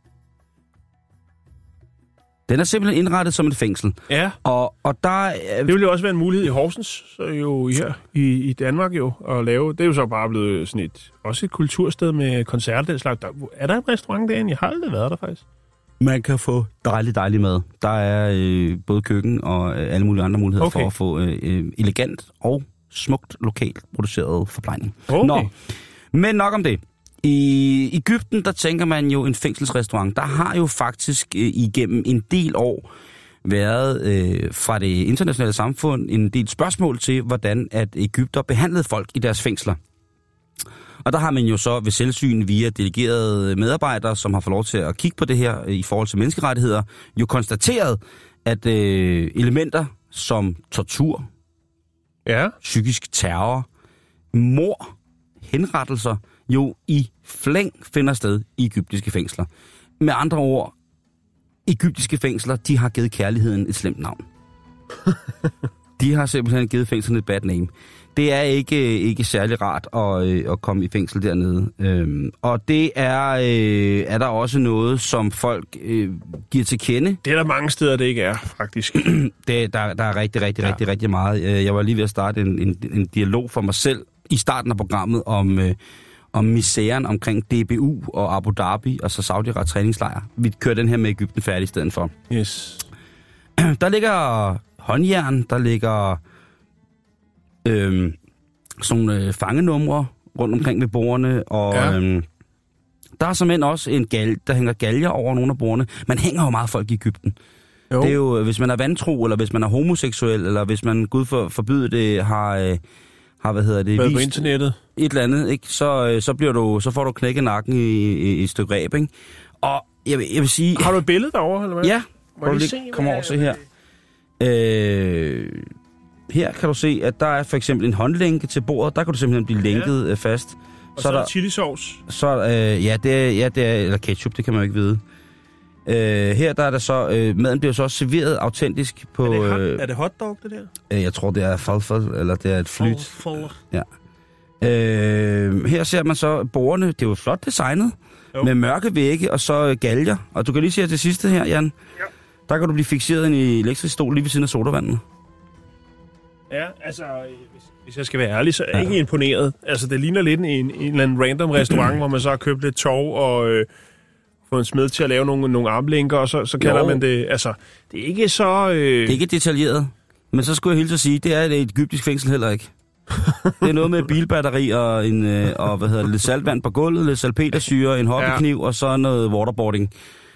A: Den er simpelthen indrettet som et fængsel.
B: Ja.
A: Og, og der... Øh,
B: det ville jo også være en mulighed i Horsens, så jo her i, i Danmark jo, at lave. Det er jo så bare blevet sådan et, også et kultursted med koncerter den slags. Der, er der en restaurant derinde? Jeg har aldrig været der faktisk.
A: Man kan få dejlig, dejlig mad. Der er øh, både køkken og øh, alle mulige andre muligheder okay. for at få øh, elegant og smukt lokalt produceret forplejning.
B: Okay.
A: Nå, men nok om det. I Egypten, der tænker man jo en fængselsrestaurant. Der har jo faktisk øh, igennem en del år været øh, fra det internationale samfund en del spørgsmål til, hvordan at Egypter behandlede folk i deres fængsler. Og der har man jo så ved selvsyn via delegerede medarbejdere, som har fået lov til at kigge på det her i forhold til menneskerettigheder, jo konstateret, at øh, elementer som tortur,
B: ja.
A: psykisk terror, mord, henrettelser, jo i flæng finder sted i egyptiske fængsler. Med andre ord, egyptiske fængsler, de har givet kærligheden et slemt navn. De har simpelthen givet fængslerne et bad name. Det er ikke, ikke særlig rart at, at komme i fængsel dernede. Øhm, og det er, øh, er der også noget, som folk øh, giver til kende.
B: Det er der mange steder, det ikke er, faktisk.
A: det, der, der er rigtig, rigtig, ja. rigtig, rigtig meget. Jeg var lige ved at starte en, en, en dialog for mig selv i starten af programmet om, øh, om misæren omkring D B U og Abu Dhabi, altså Saudi-Arabien træningslejr. Vi kører den her med Egypten færdig i stedet for.
B: Yes.
A: Der ligger håndjern, der ligger øh, sådan nogle øh, fangenumre rundt omkring ved bordene, og ja. øh, der er simpelthen også en gal, der hænger galger over nogle af bordene. Man hænger jo meget folk i Egypten. Jo. Det er jo, hvis man er vantro, eller hvis man er homoseksuel, eller hvis man, gud for, forbyde det, har, øh, har, hvad hedder det,
B: vist
A: på
B: internettet.
A: Et eller andet, ikke? Så, øh, så, bliver du, så får du knækket nakken i, i, i et stykke ræb, ikke? Og jeg, jeg vil sige...
B: Har du et billede derovre, eller hvad?
A: Ja.
B: Må jeg lige se?
A: Kom over og se her. Øh, her kan du se, at der er for eksempel en håndlænke til bordet. Der kan du simpelthen blive lænket ja. fast.
B: Og så, så er der chilisauce.
A: Så, øh, ja, det er, ja, det er, eller ketchup, det kan man jo ikke vide. Øh, her der er der så, øh, maden bliver så også serveret autentisk på...
B: Er det, hot,
A: øh,
B: er det hotdog, det der?
A: Øh, jeg tror, det er falfel, eller det er et flyt.
B: Falfel.
A: Ja. Øh, her ser man så bordene, det er jo flot designet, jo. Med mørke vægge og så galger. Og du kan lige se til sidste her, Jan. Ja. Der kan du blive fikseret i en elektrisk stol lige ved siden af sodavandene.
B: Ja, altså, hvis, hvis jeg skal være ærlig, så er jeg ja. ikke imponeret. Altså, det ligner lidt en, en eller anden random restaurant, hvor man så har købt lidt tov og øh, fået en smed til at lave nogle, nogle armlænker, og så, så kalder jo. man det... Altså, det er ikke så... Øh...
A: Det er ikke detaljeret. Men så skulle jeg hilse at sige, det er et egyptisk fængsel heller ikke. Det er noget med bilbatteri og, en, øh, og hvad hedder det, lidt saltvand på gulvet, lidt salpetersyre, en hobbykniv ja. og så noget waterboarding.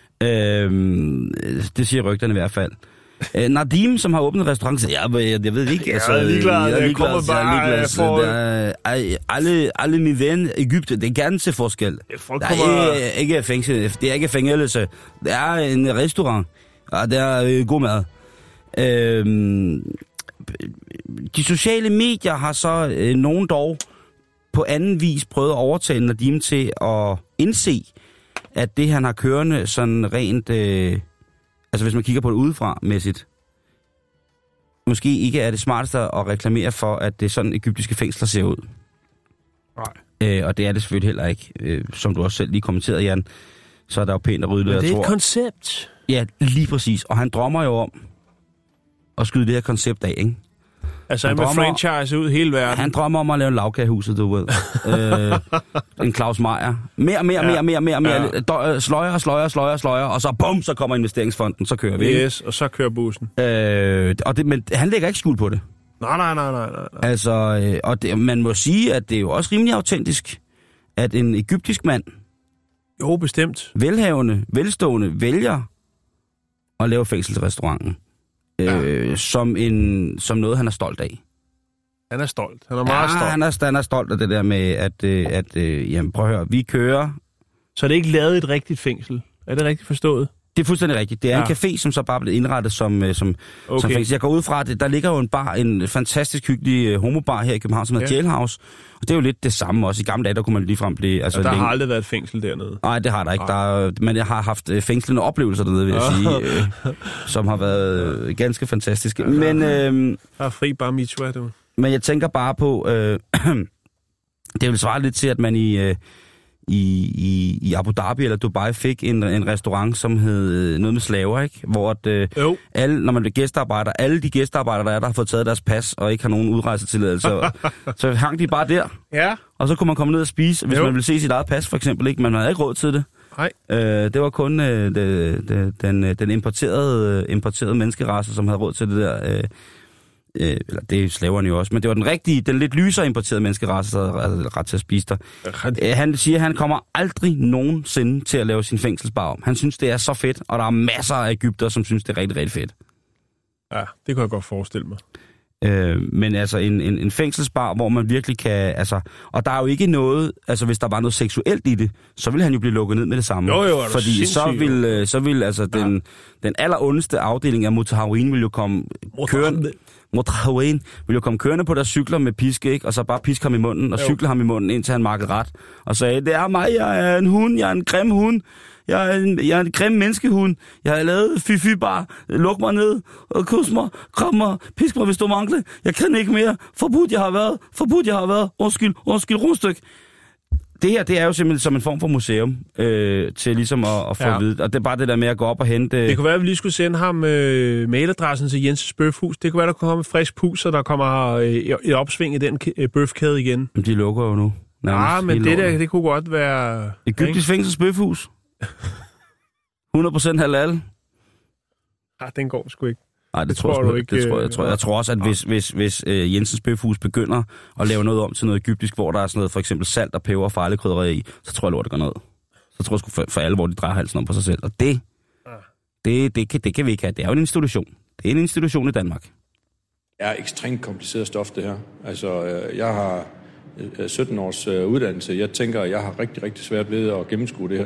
A: Øhm, det siger rygterne i hvert fald. Øh, Nadim, som har åbnet restauranten, siger, ja, jeg, jeg ved ikke. Altså,
B: jeg er ligeglad, jeg,
A: jeg,
B: jeg kommer bare
A: jeg
B: for...
A: Der, alle, alle mine venner i Egypten, det er gerne til forskel.
B: Folk
A: der
B: kommer...
A: er ikke, ikke fængsel, det er ikke fængelse. Det er en restaurant, og det er øh, god mad. Øhm, de sociale medier har så øh, nogen dog på anden vis prøvet at overtale Nadim til at indse, at det, han har kørende sådan rent... Øh, altså, hvis man kigger på det udefra-mæssigt, måske ikke er det smarteste at reklamere for, at det sådan egyptiske fængsler ser ud.
B: Nej.
A: Øh, og det er det selvfølgelig heller ikke. Øh, som du også selv lige kommenterede, Jan, så er der jo pænt og ryddeligt.
B: Men det er
A: et
B: koncept.
A: Ja, lige præcis. Og han drømmer jo om at skyde det her koncept af, ikke?
B: Altså, han med franchise ud hele verden.
A: Han drømmer om at lave en lavkagehuset, du ved. øh, en Claus Meyer. Mere, mere, mere, mere, mere, mere. Ja. Sløjer, sløjer, sløjer, sløjer. Og så bum, så kommer investeringsfonden. Så kører vi.
B: Yes, og så kører bussen.
A: Øh, og det, men han lægger ikke skjul på det.
B: Nej, nej, nej, nej. nej.
A: Altså, øh, og det, man må sige, at det er jo også rimelig autentisk, at en egyptisk mand...
B: Jo, bestemt.
A: Velhavende, velstående, vælger at lave fængselsrestauranten. Ja. Øh, som, en, som noget, han er stolt af.
B: Han er stolt. Han er meget
A: ja,
B: stolt.
A: Han er, han er stolt af det der med, at, at, at jamen, prøv at høre, vi kører...
B: Så er det ikke lavet et rigtigt fængsel? Er det rigtigt forstået?
A: Det er fuldstændig rigtigt. Det er ja. en café, som så bare er blevet indrettet som, som, okay. som fængsel. Jeg går ud fra det. Der ligger jo en bar, en fantastisk hyggelig homobar her i København, som hedder ja. Jailhouse. Og det er jo lidt det samme også. I gamle dage, der kunne man ligefrem blive... Altså,
B: ja, der
A: længe...
B: har aldrig været et fængsel dernede.
A: Nej, det har der ikke. Der, men jeg har haft fængslende oplevelser dernede, vil jeg sige, øh, som har været ganske fantastiske. Men, øh,
B: der er fri bar mitzvah, du.
A: Men jeg tænker bare på... Øh, det vil svare lidt til, at man i... Øh, I, i, i Abu Dhabi eller Dubai fik en, en restaurant, som hed noget med slaver, ikke? Hvor at, øh, alle, når man bliver gæstearbejder, alle de gæstearbejdere, der er, der har fået taget deres pas og ikke har nogen udrejsetilladelse, så hang de bare der.
B: Ja. Og
A: så kunne man komme ned og spise, hvis jo. man ville se sit eget pas, for eksempel, ikke? Man havde ikke råd til det.
B: Nej.
A: Øh, det var kun øh, det, det, den, den importerede, importerede menneskerace, som havde råd til det der. Øh, Øh, eller det er slaverne jo også, men det var den rigtige, den lidt lysere importerede menneskerace, der havde ret til at spise dig. Øh, han siger, at han kommer aldrig nogensinde til at lave sin fængselsbar om. Han synes, det er så fedt, og der er masser af egypter, som synes, det er rigtig, rigtig fedt.
B: Ja, det kan jeg godt forestille mig.
A: Øh, men altså en, en, en fængselsbar, hvor man virkelig kan, altså, og der er jo ikke noget, altså hvis der var noget seksuelt i det, så ville han jo blive lukket ned med det samme.
B: Jo, jo,
A: fordi så vil, så vil altså ja. den, den allerondeste afdeling af Mutaharin vil jo komme kørende, Mutaharin vil jo komme kørende på deres cykler med piske, ikke? Og så bare piske ham i munden og jo. cykle ham i munden, indtil han makkede ret. Og sagde, det er mig, jeg er en hund, jeg er en grim hund. Jeg er en, jeg er en grim menneskehund. Jeg har lavet fy-fy bare. Luk mig ned og kus mig, kram mig, pisk mig, hvis du mangler. Jeg kan ikke mere. Forbudt jeg har været. Forbudt jeg har været. Undskyld, undskyld, rundstyk. Det her, det er jo simpelthen som en form for museum, øh, til ligesom at, at få ja. at vide. Og det er bare det der med at gå op og hente...
B: Det kunne være, at vi lige skulle sende ham øh, mailadressen til Jens' Bøfhus. Det kunne være, der kunne komme en frisk pus, så der kommer øh, et opsving i den øh, bøfkæde igen.
A: De lukker jo nu.
B: Ja, men det der, det kunne godt være...
A: Egyptisk fængsels bøfhus. hundrede procent halal.
B: Ah, den går sgu ikke.
A: Nej, det, det tror, tror jeg ikke. Det tror jeg, jeg, tror, jeg tror også, at hvis, hvis, hvis uh, Jensens Bøfhus begynder at lave noget om til noget egyptisk, hvor der er sådan noget, for eksempel salt og peber og farlige krydderier i, så tror jeg, lort det går ned. Så tror jeg sgu for, for alle, hvor de drejer halsen om på sig selv. Og det, ah. det, det, kan, det kan vi ikke have. Det er jo en institution. Det er en institution i Danmark.
C: Det er ekstremt kompliceret stof, det her. Altså, jeg har sytten års uddannelse. Jeg tænker, jeg har rigtig, rigtig svært ved at gennemskue det her.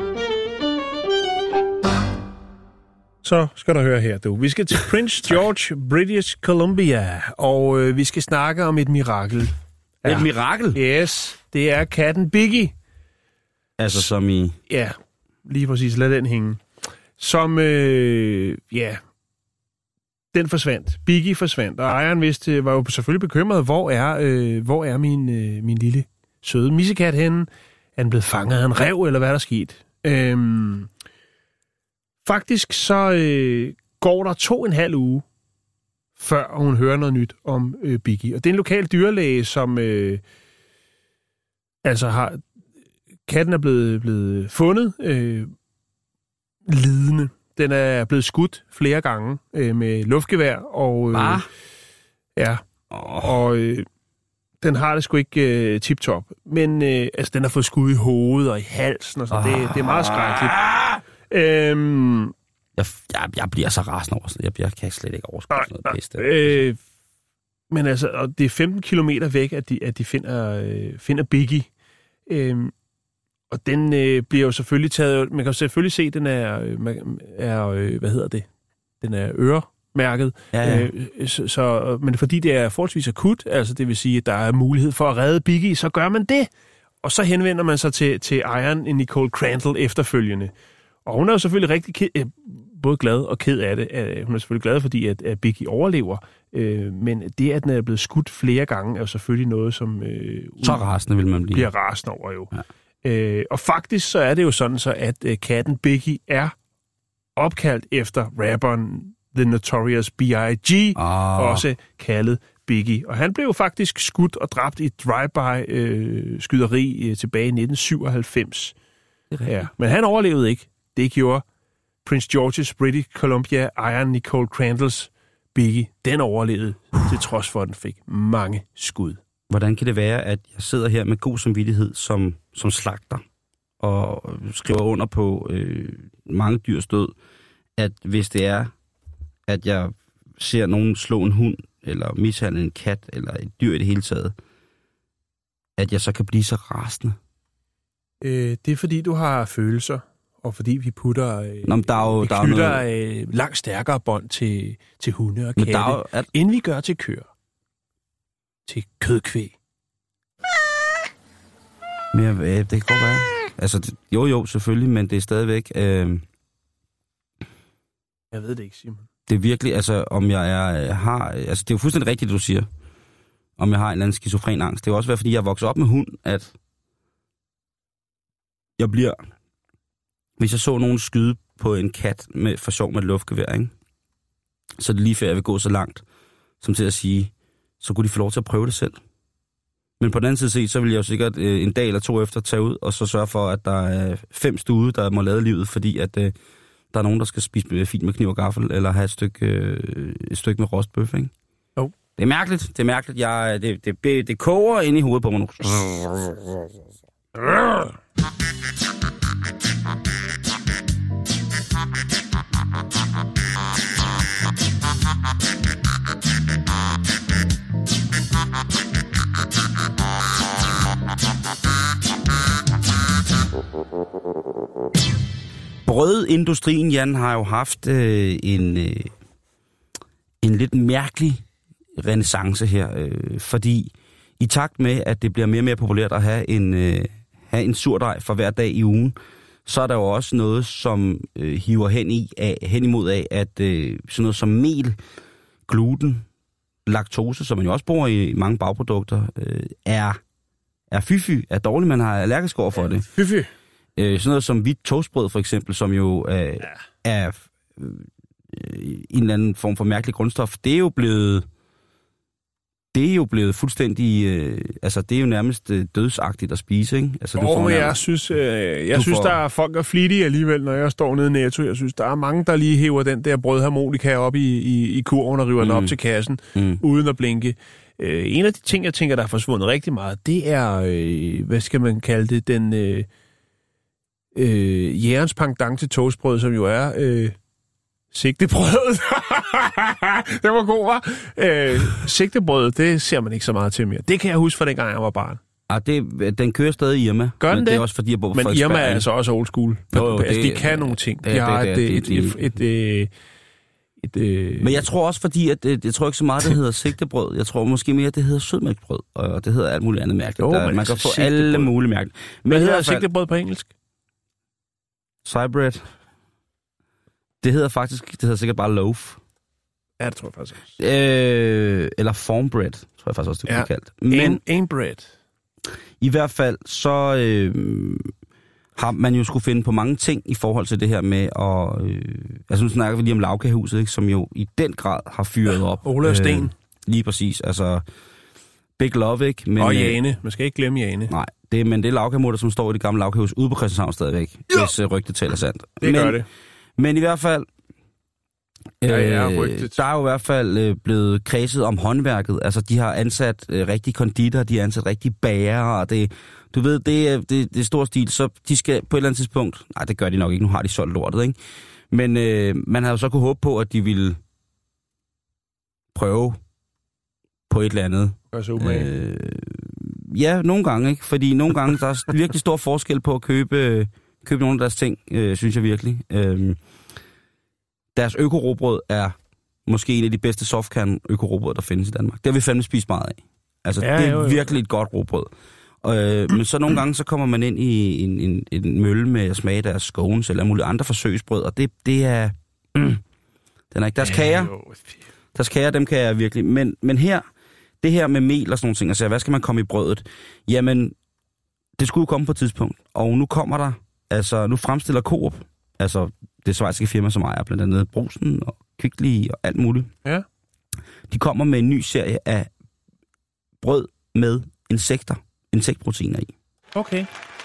B: Så skal du høre her, du. Vi skal til Prince George, British Columbia, og øh, vi skal snakke om et mirakel.
A: Ja. Et mirakel?
B: Yes, det er katten Biggie.
A: Altså som i...
B: Ja, lige præcis. Lad den hænge. Som, øh, ja, den forsvandt. Biggie forsvandt, og ejeren vidste, var jo selvfølgelig bekymret, hvor er, øh, hvor er min, øh, min lille søde missekat henne? Er den blevet fanget af en ræv, eller hvad er der sket? Øhm... Faktisk så øh, går der to og en halv uge, før hun hører noget nyt om øh, Biggie. Og det er en lokal dyrlæge, som øh, altså har... Katten er blevet, blevet fundet øh, lidende. Den er blevet skudt flere gange øh, med luftgevær. Og, øh, ja, oh. og øh, den har det sgu ikke øh, tip-top. Men øh, altså, den har fået skud i hovedet og i halsen og sådan. Oh. Det, det er meget skrækkeligt. Øhm,
A: jeg, jeg, jeg bliver så rasende over sådan. Jeg, jeg kan slet ikke overskue sådan noget bedste.
B: Øh, men altså, og det er femten kilometer væk, at de, at de finder, øh, finder Biggie. Øhm, og den øh, bliver jo selvfølgelig taget... Man kan jo selvfølgelig se, at den er, er øh, hvad hedder det? Den er øremærket.
A: Ja, ja.
B: Øh, så, så, men fordi det er forholdsvis akut, altså det vil sige, at der er mulighed for at redde Biggie, så gør man det. Og så henvender man sig til, til ejeren Nicole Crandall efterfølgende. Og hun er jo selvfølgelig rigtig ked, både glad og ked af det. Hun er selvfølgelig glad, fordi at, at Biggie overlever. Øh, men det, at den er blevet skudt flere gange, er jo selvfølgelig noget, som... Øh,
A: så rasende vil man blive.
B: Bliver rasende over jo. Ja. Øh, og faktisk så er det jo sådan, så at øh, katten Biggie er opkaldt efter rapperen The Notorious B I G,
A: oh.
B: også kaldet Biggie. Og han blev jo faktisk skudt og dræbt i et drive-by-skyderi øh, tilbage i nitten syvoghalvfems. Ja, men han overlevede ikke. Det gjorde Prince George's British Columbia ejer Nicole Crandalls Biggie. Den overlevede, til trods for, at den fik mange skud.
A: Hvordan kan det være, at jeg sidder her med god samvittighed som, som slagter og skriver under på øh, mange dyrs død, at hvis det er, at jeg ser nogen slå en hund, eller mishandle en kat, eller et dyr i det hele taget, at jeg så kan blive så rasende?
B: Øh, det er fordi, du har følelser, og fordi vi putter øh,
A: Nå, der er jo,
B: vi
A: der
B: knytter
A: er noget...
B: øh, langt stærkere bånd til, til hunde og katte,
A: jo, at...
B: end vi gør til køer. Til kødkvæg.
A: Men øh, det kan godt være. Altså, det, jo jo, selvfølgelig, men det er stadigvæk... Øh...
B: Jeg ved det ikke, Simon.
A: Det er virkelig, altså, om jeg er, har... Altså, det er jo fuldstændig rigtigt, det du siger. Om jeg har en eller anden skizofren angst. Det er også være, fordi jeg er vokset op med hund, at jeg bliver... Hvis jeg så nogen skyde på en kat med for sjov med et luftgevær, ikke? Så er det lige før, jeg vil gå så langt, som til at sige, så kunne de få lov til at prøve det selv. Men på den anden side set, så vil jeg jo sikkert øh, en dag eller to efter tage ud, og så sørge for, at der er fem stude, der må lade livet, fordi at øh, der er nogen, der skal spise fint med kniv og gaffel, eller have et stykke, øh, et stykke med rostbøf, ikke?
B: Jo.
A: Det er mærkeligt, det er mærkeligt. Jeg, det, det, det, det koger ind i hovedet på mig nu. Brødindustrien, Jan, har jo haft øh, en, øh, en lidt mærkelig renæssance her, øh, fordi i takt med, at det bliver mere og mere populært at have en, øh, have en surdej for hver dag i ugen, så er der jo også noget, som øh, hiver hen, i, af, hen imod af, at øh, sådan noget som mel, gluten, laktose, som man jo også bruger i mange bagprodukter, øh, er, er fy-fy, er dårligt, man har allergisk over for det.
B: Fy-fy.
A: Øh, sådan noget som hvidt toastbrød for eksempel, som jo øh, ja. er øh, en eller anden form for mærkelig grundstof, det er jo blevet det er jo blevet fuldstændig, øh, altså det er jo nærmest øh, dødsagtigt at spise, ikke? Altså,
B: du oh, får jeg synes, øh, jeg synes får... der er folk er flittige alligevel, når jeg står nede i Netto. Jeg synes, der er mange, der lige hæver den der brødharmonika op i, i, i kurven og river mm. den op til kassen, mm. uden at blinke. Øh, en af de ting, jeg tænker, der er forsvundet rigtig meget, det er, øh, hvad skal man kalde det, den øh, øh, jægerens pendant til toastbrød, som jo er... Øh, sigtebrødet. Det var god, hva'? Øh, sigtebrødet, det ser man ikke så meget til mere. Det kan jeg huske fra dengang, jeg var barn.
A: Ah, det, den kører stadig i Irma.
B: Gør den
A: men
B: det?
A: Det er også fordi, jeg bor
B: men Irma er altså også old school. Jo, jo, altså, det, de kan nogle ting. De det, har det, det, et, det, et, et, et, et, et...
A: Men jeg tror også, fordi at, jeg tror ikke så meget, det hedder sigtebrød. Jeg tror måske mere, det hedder sødmælksbrød. Og det hedder alt muligt andet mærkeligt.
B: Jo,
A: Der, man kan få alle mulige mærkeligt.
B: Men hvad hedder fald... sigtebrød på engelsk?
A: Cybread. Det hedder faktisk, det hedder sikkert bare loaf.
B: Ja, det tror jeg faktisk også.
A: Øh, eller formbread, tror jeg faktisk også, det
B: ja.
A: bliver kaldt. Men
B: en bread.
A: I hvert fald, så øh, har man jo skulle finde på mange ting i forhold til det her med, og øh, altså nu snakker vi lige om Lavkagehuset, ikke, som jo i den grad har fyret op.
B: Ole og Sten.
A: Øh, lige præcis, altså Big Love, ikke? Men,
B: og Jane, man skal ikke glemme Jane.
A: Nej, det, men det er lavkagemutter, som står i det gamle lavkagehus ude på Christianshavn stadigvæk, ja. Hvis uh, rygtet taler sandt.
B: Det
A: men,
B: gør det.
A: Men i hvert fald, øh,
B: ja, ja,
A: der er jo i hvert fald øh, blevet kredset om håndværket. Altså, de har ansat øh, rigtige konditor, de har ansat rigtige bager, og det, du ved, det er det, det er stor stil, så de skal på et eller andet tidspunkt, nej, det gør de nok ikke, nu har de solgt lortet, ikke? Men øh, man havde jo så kunne håbe på, at de ville prøve på et eller andet.
B: Gør så umage. Øh,
A: ja, nogle gange, ikke? Fordi nogle gange, der er virkelig stor forskel på at købe... købe nogle af deres ting, øh, synes jeg virkelig. Øh, deres øko-råbrød er måske en af de bedste softcan øko-råbrød, der findes i Danmark. Det har vi fandme spist meget af. Altså, ja, det er jo, jo. virkelig et godt råbrød. Øh, men så nogle gange, så kommer man ind i en, en, en mølle med at smage deres scones eller mulige andre forsøgsbrød, og det, det er... Mm, den er ikke deres kager. Deres kager, dem kan jeg virkelig. Men, men her, det her med mel og sådan nogle ting, altså, hvad skal man komme i brødet? Jamen, det skulle jo komme på et tidspunkt, og nu kommer der Altså, nu fremstiller Coop, altså det schweiziske firma, som ejer blandt andet Brugsen og Kvickly og alt muligt.
B: Ja.
A: De kommer med en ny serie af brød med insekter, insektproteiner i.
B: Okay.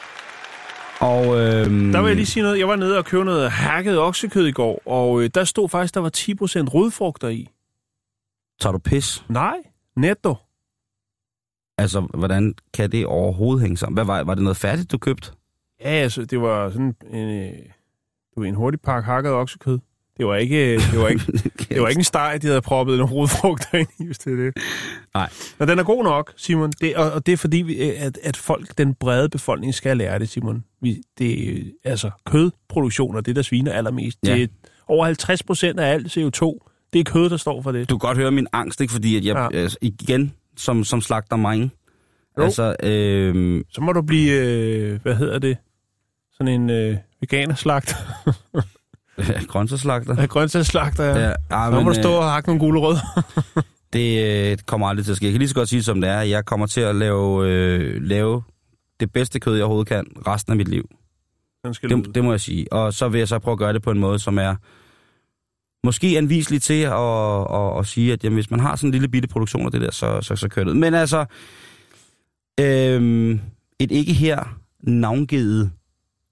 A: Og øhm,
B: der vil jeg lige sige noget. Jeg var nede og købte noget hakket oksekød i går, og øh, der stod faktisk, der var ti procent rodfrugter i.
A: Tager du pis?
B: Nej, netto.
A: Altså, hvordan kan det overhovedet hænge sammen? Hvad var, var det noget færdigt, du købte?
B: Ja, altså, det var sådan en, det var en hurtig pakke hakket oksekød. Det var ikke, det var ikke, det var ikke en steg, de havde proppet nogle rodfrugter ind i, hvis det er det.
A: Nej.
B: Men den er god nok, Simon. Det, og, og det er fordi, vi, at, at folk, den brede befolkning, skal lære det, Simon. Vi, det er altså kødproduktion, og det, der sviner allermest. Ja. Det er over halvtreds procent af alt C O to. Det er kød, der står for det.
A: Du kan godt høre min angst, ikke? Fordi at jeg, ja. altså, igen, som, som slagter mig, altså, øh...
B: så må du blive, øh, hvad hedder det, sådan en øh, veganerslagter.
A: Ja, grøntsagsslagter.
B: Ja, grøntsagsslagter, ja. ja ah, så må
A: men,
B: du stå og hakke nogle gule rød.
A: det, øh, det kommer aldrig til at ske. Jeg kan lige så godt sige, som det er. Jeg kommer til at lave, øh, lave det bedste kød, jeg overhovedet kan, resten af mit liv. Det, det må jeg sige. Og så vil jeg så prøve at gøre det på en måde, som er måske anviselig til at, at, at sige, at jamen, hvis man har sådan en lille bitte produktion af det der, så, så, så kører det. Men altså, øh, et ikke her navngivet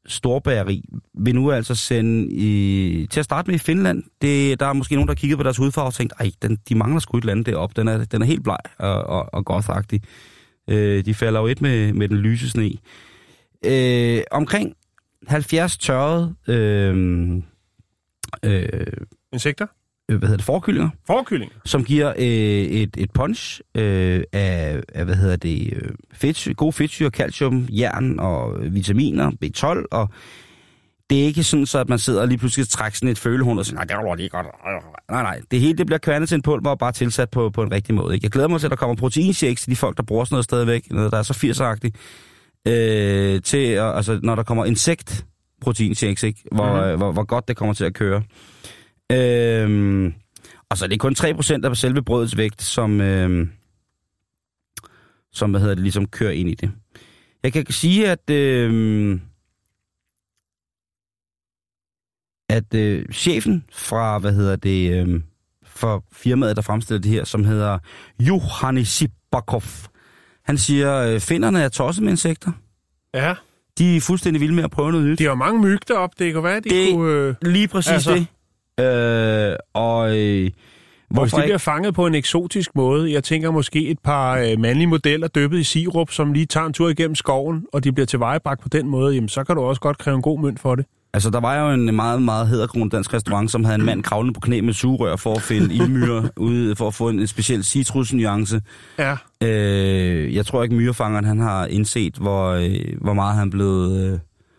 A: storbageri vil nu altså sende i, til at starte med i Finland. Det, der er måske nogen, der kiggede på deres hudfarve og tænkte, ej, den, de mangler sgu et eller andet deroppe. Den er, den er helt bleg og, og, og gothagtig. Øh, de falder jo et med, med den lyse sne. Øh, omkring halvfjerds tørrede øh, øh,
B: insekter?
A: Hvad hedder det? Forkyllinger.
B: Forkyllinger? Som
A: giver øh, et, et punch øh, af, af, hvad hedder det, fedt, god fedtsyre, calcium, jern og vitaminer, B tolv, og det er ikke sådan, så at man sidder og lige pludselig trækker sådan et følehund og siger, nej, det var lige godt. Nej, nej, det hele det bliver kværnet til en pulver og bare tilsat på, på en rigtig måde. Ikke? Jeg glæder mig til, at der kommer proteinshakes til de folk, der bruger sådan noget stadigvæk, noget, der er så firsagtigt, øh, til, altså når der kommer insekt proteinshakes, ikke? Hvor, mm-hmm. hvor, hvor godt det kommer til at køre. Øhm, og så er det kun tre procent af selve brødets vægt, som, øhm, som hvad hedder det, ligesom kører ind i det. Jeg kan sige, at, øhm, at øh, chefen fra, hvad hedder det, øhm, for firmaet, der fremstiller det her, som hedder Juhani Sibakov, han siger, øh, finnerne er tosset med insekter.
B: Ja.
A: De er fuldstændig vilde med at prøve noget nyt.
B: De har mange myg deroppe, det kan være, de
A: det,
B: kunne... Øh,
A: lige præcis altså. det. Øh, og øh,
B: hvis de bliver fanget på en eksotisk måde, jeg tænker måske et par øh, mandlige modeller døbet i sirup, som lige tager en tur igennem skoven, og de bliver tilvejebragt på den måde, jamen så kan du også godt kræve en god mønt for det.
A: Altså, der var jo en meget, meget hæderkronet dansk restaurant, som havde en mand kravlende på knæ med sugerør for at finde ildmyrer ude, for at få en, en speciel citrusnuance.
B: Ja.
A: Øh, jeg tror ikke, myrefangeren han har indset, hvor, øh, hvor meget han blev, øh,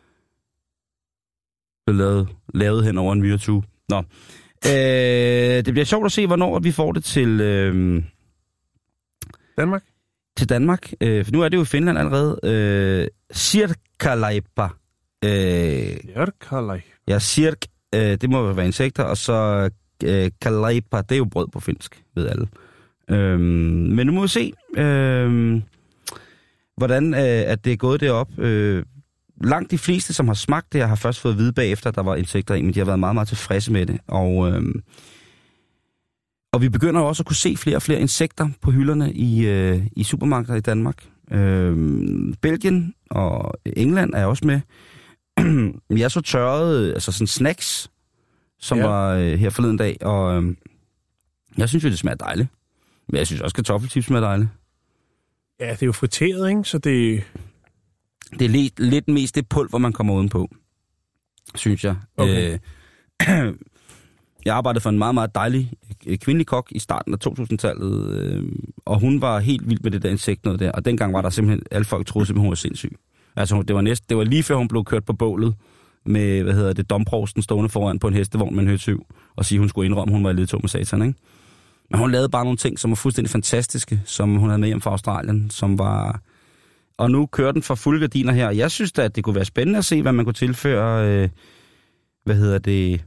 A: blev lavet, lavet hen over en myretue. Nå. Øh, det bliver sjovt at se, hvornår vi får det til... Øh,
B: Danmark?
A: Til Danmark. Øh, for nu er det jo i Finland allerede. Øh, Sirkalaipa. Øh,
B: Sirkalaipa.
A: Ja, sirk. Øh, det må være insekter. Og så øh, kalaipa, det er jo brød på finsk, ved alle. Øh, men nu må vi se, øh, hvordan øh, at det er gået derop. Øh, Langt de fleste, som har smagt det, har først fået at vide bagefter, at der var insekter i, men de har været meget, meget tilfredse med det. Og, øhm, og vi begynder også at kunne se flere og flere insekter på hylderne i, øh, i supermarkeder i Danmark. Øhm, Belgien og England er også med. Jeg så tørrede, altså sådan snacks, som ja. var øh, her forleden dag, og øh, jeg synes jo, det smager dejligt. Men jeg synes også, kartoffelchips smager dejligt.
B: Ja, det er jo friteret, ikke? Så det...
A: Det er lidt, lidt mest det pulver, man kommer udenpå, synes jeg.
B: Okay.
A: Øh, jeg arbejdede for en meget, meget dejlig kvindelig kok i starten af to tusind-tallet, øh, og hun var helt vild med det der insekt noget der, og dengang var der simpelthen, alle folk troede simpelthen, hun var sindssyg. Altså, det var, næst, det var lige før hun blev kørt på bålet med, hvad hedder det, domprovsten stående foran på en hestevogn med en høtyv, og sige, hun skulle indrømme, hun var i ledtog med satan, ikke? Men hun lavede bare nogle ting, som var fuldstændig fantastiske, som hun havde med hjem fra Australien, som var... Og nu kører den for fulde gardiner her. Jeg synes da, at det kunne være spændende at se, hvad man kunne tilføre, øh, hvad hedder det,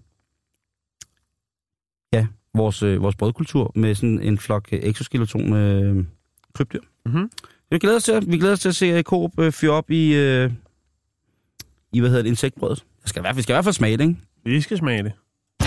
A: ja, vores, øh, vores brødkultur med sådan en flok øh, exoskeleton øh, krybdyr.
B: Mm-hmm.
A: Vi glæder os til, vi glæder os til at se Coop øh, fyre op i, øh, i, hvad hedder det, insektbrødet. Jeg skal, vi skal i hvert fald smage det, ikke?
B: Vi skal smage det.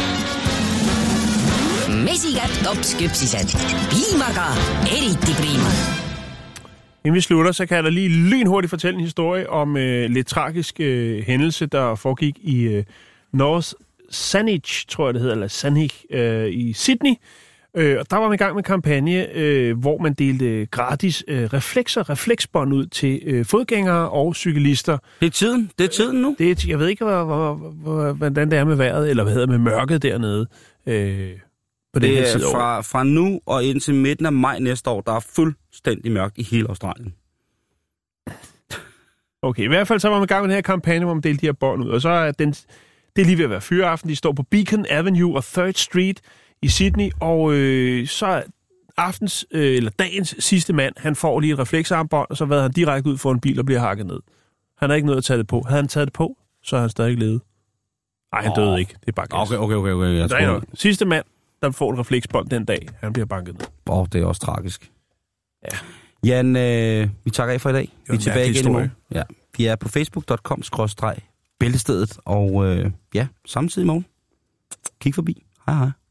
D: Mesikät topskypsised. Piimaga eriti prima.
B: Inden vi slutter, så kan jeg da lige lynhurtigt fortælle en historie om øh, lidt tragisk øh, hændelse, der foregik i øh, North Saanich, tror jeg det hedder, eller Saanich, øh, i Sydney. Øh, og der var man i gang med en kampagne, øh, hvor man delte gratis øh, reflekser, refleksbånd ud til øh, fodgængere og cyklister.
A: Det er tiden. Det er tiden nu.
B: Det er, jeg ved ikke, hvor, hvor, hvor, hvordan det er med vejret, eller hvad hedder med mørket dernede. Øh, på
A: det
B: den
A: er fra, fra nu og indtil midten af maj næste år, der er fuldstændig mørkt i hele Australien.
B: Okay, i hvert fald så var man i gang med den her kampagne, hvor man delte de her bånd ud. Og så er den, det er lige ved at være fyreaften. De står på Beacon Avenue og third Street i Sydney, og øh, så er aftens, øh, eller dagens sidste mand, han får lige et refleksarmbånd, og så vader han direkte ud for en bil og bliver hakket ned. Han har ikke noget at tage det på. Havde han taget det på, så har han stadig levet. Nej, han oh. døde ikke. Det er bare gas.
A: Okay, okay, okay. okay. Jeg tror...
B: Sidste mand, der får et refleksbånd den dag, han bliver banket ned.
A: Åh, oh, det er også tragisk.
B: Ja.
A: Jan, øh, vi takker af for i dag. Vi er tilbage igen i morgen. Ja. Vi er på facebook punktum com skråstreg bæltestedet, og øh, ja, samtidig i morgen. Kig forbi. Hej hej.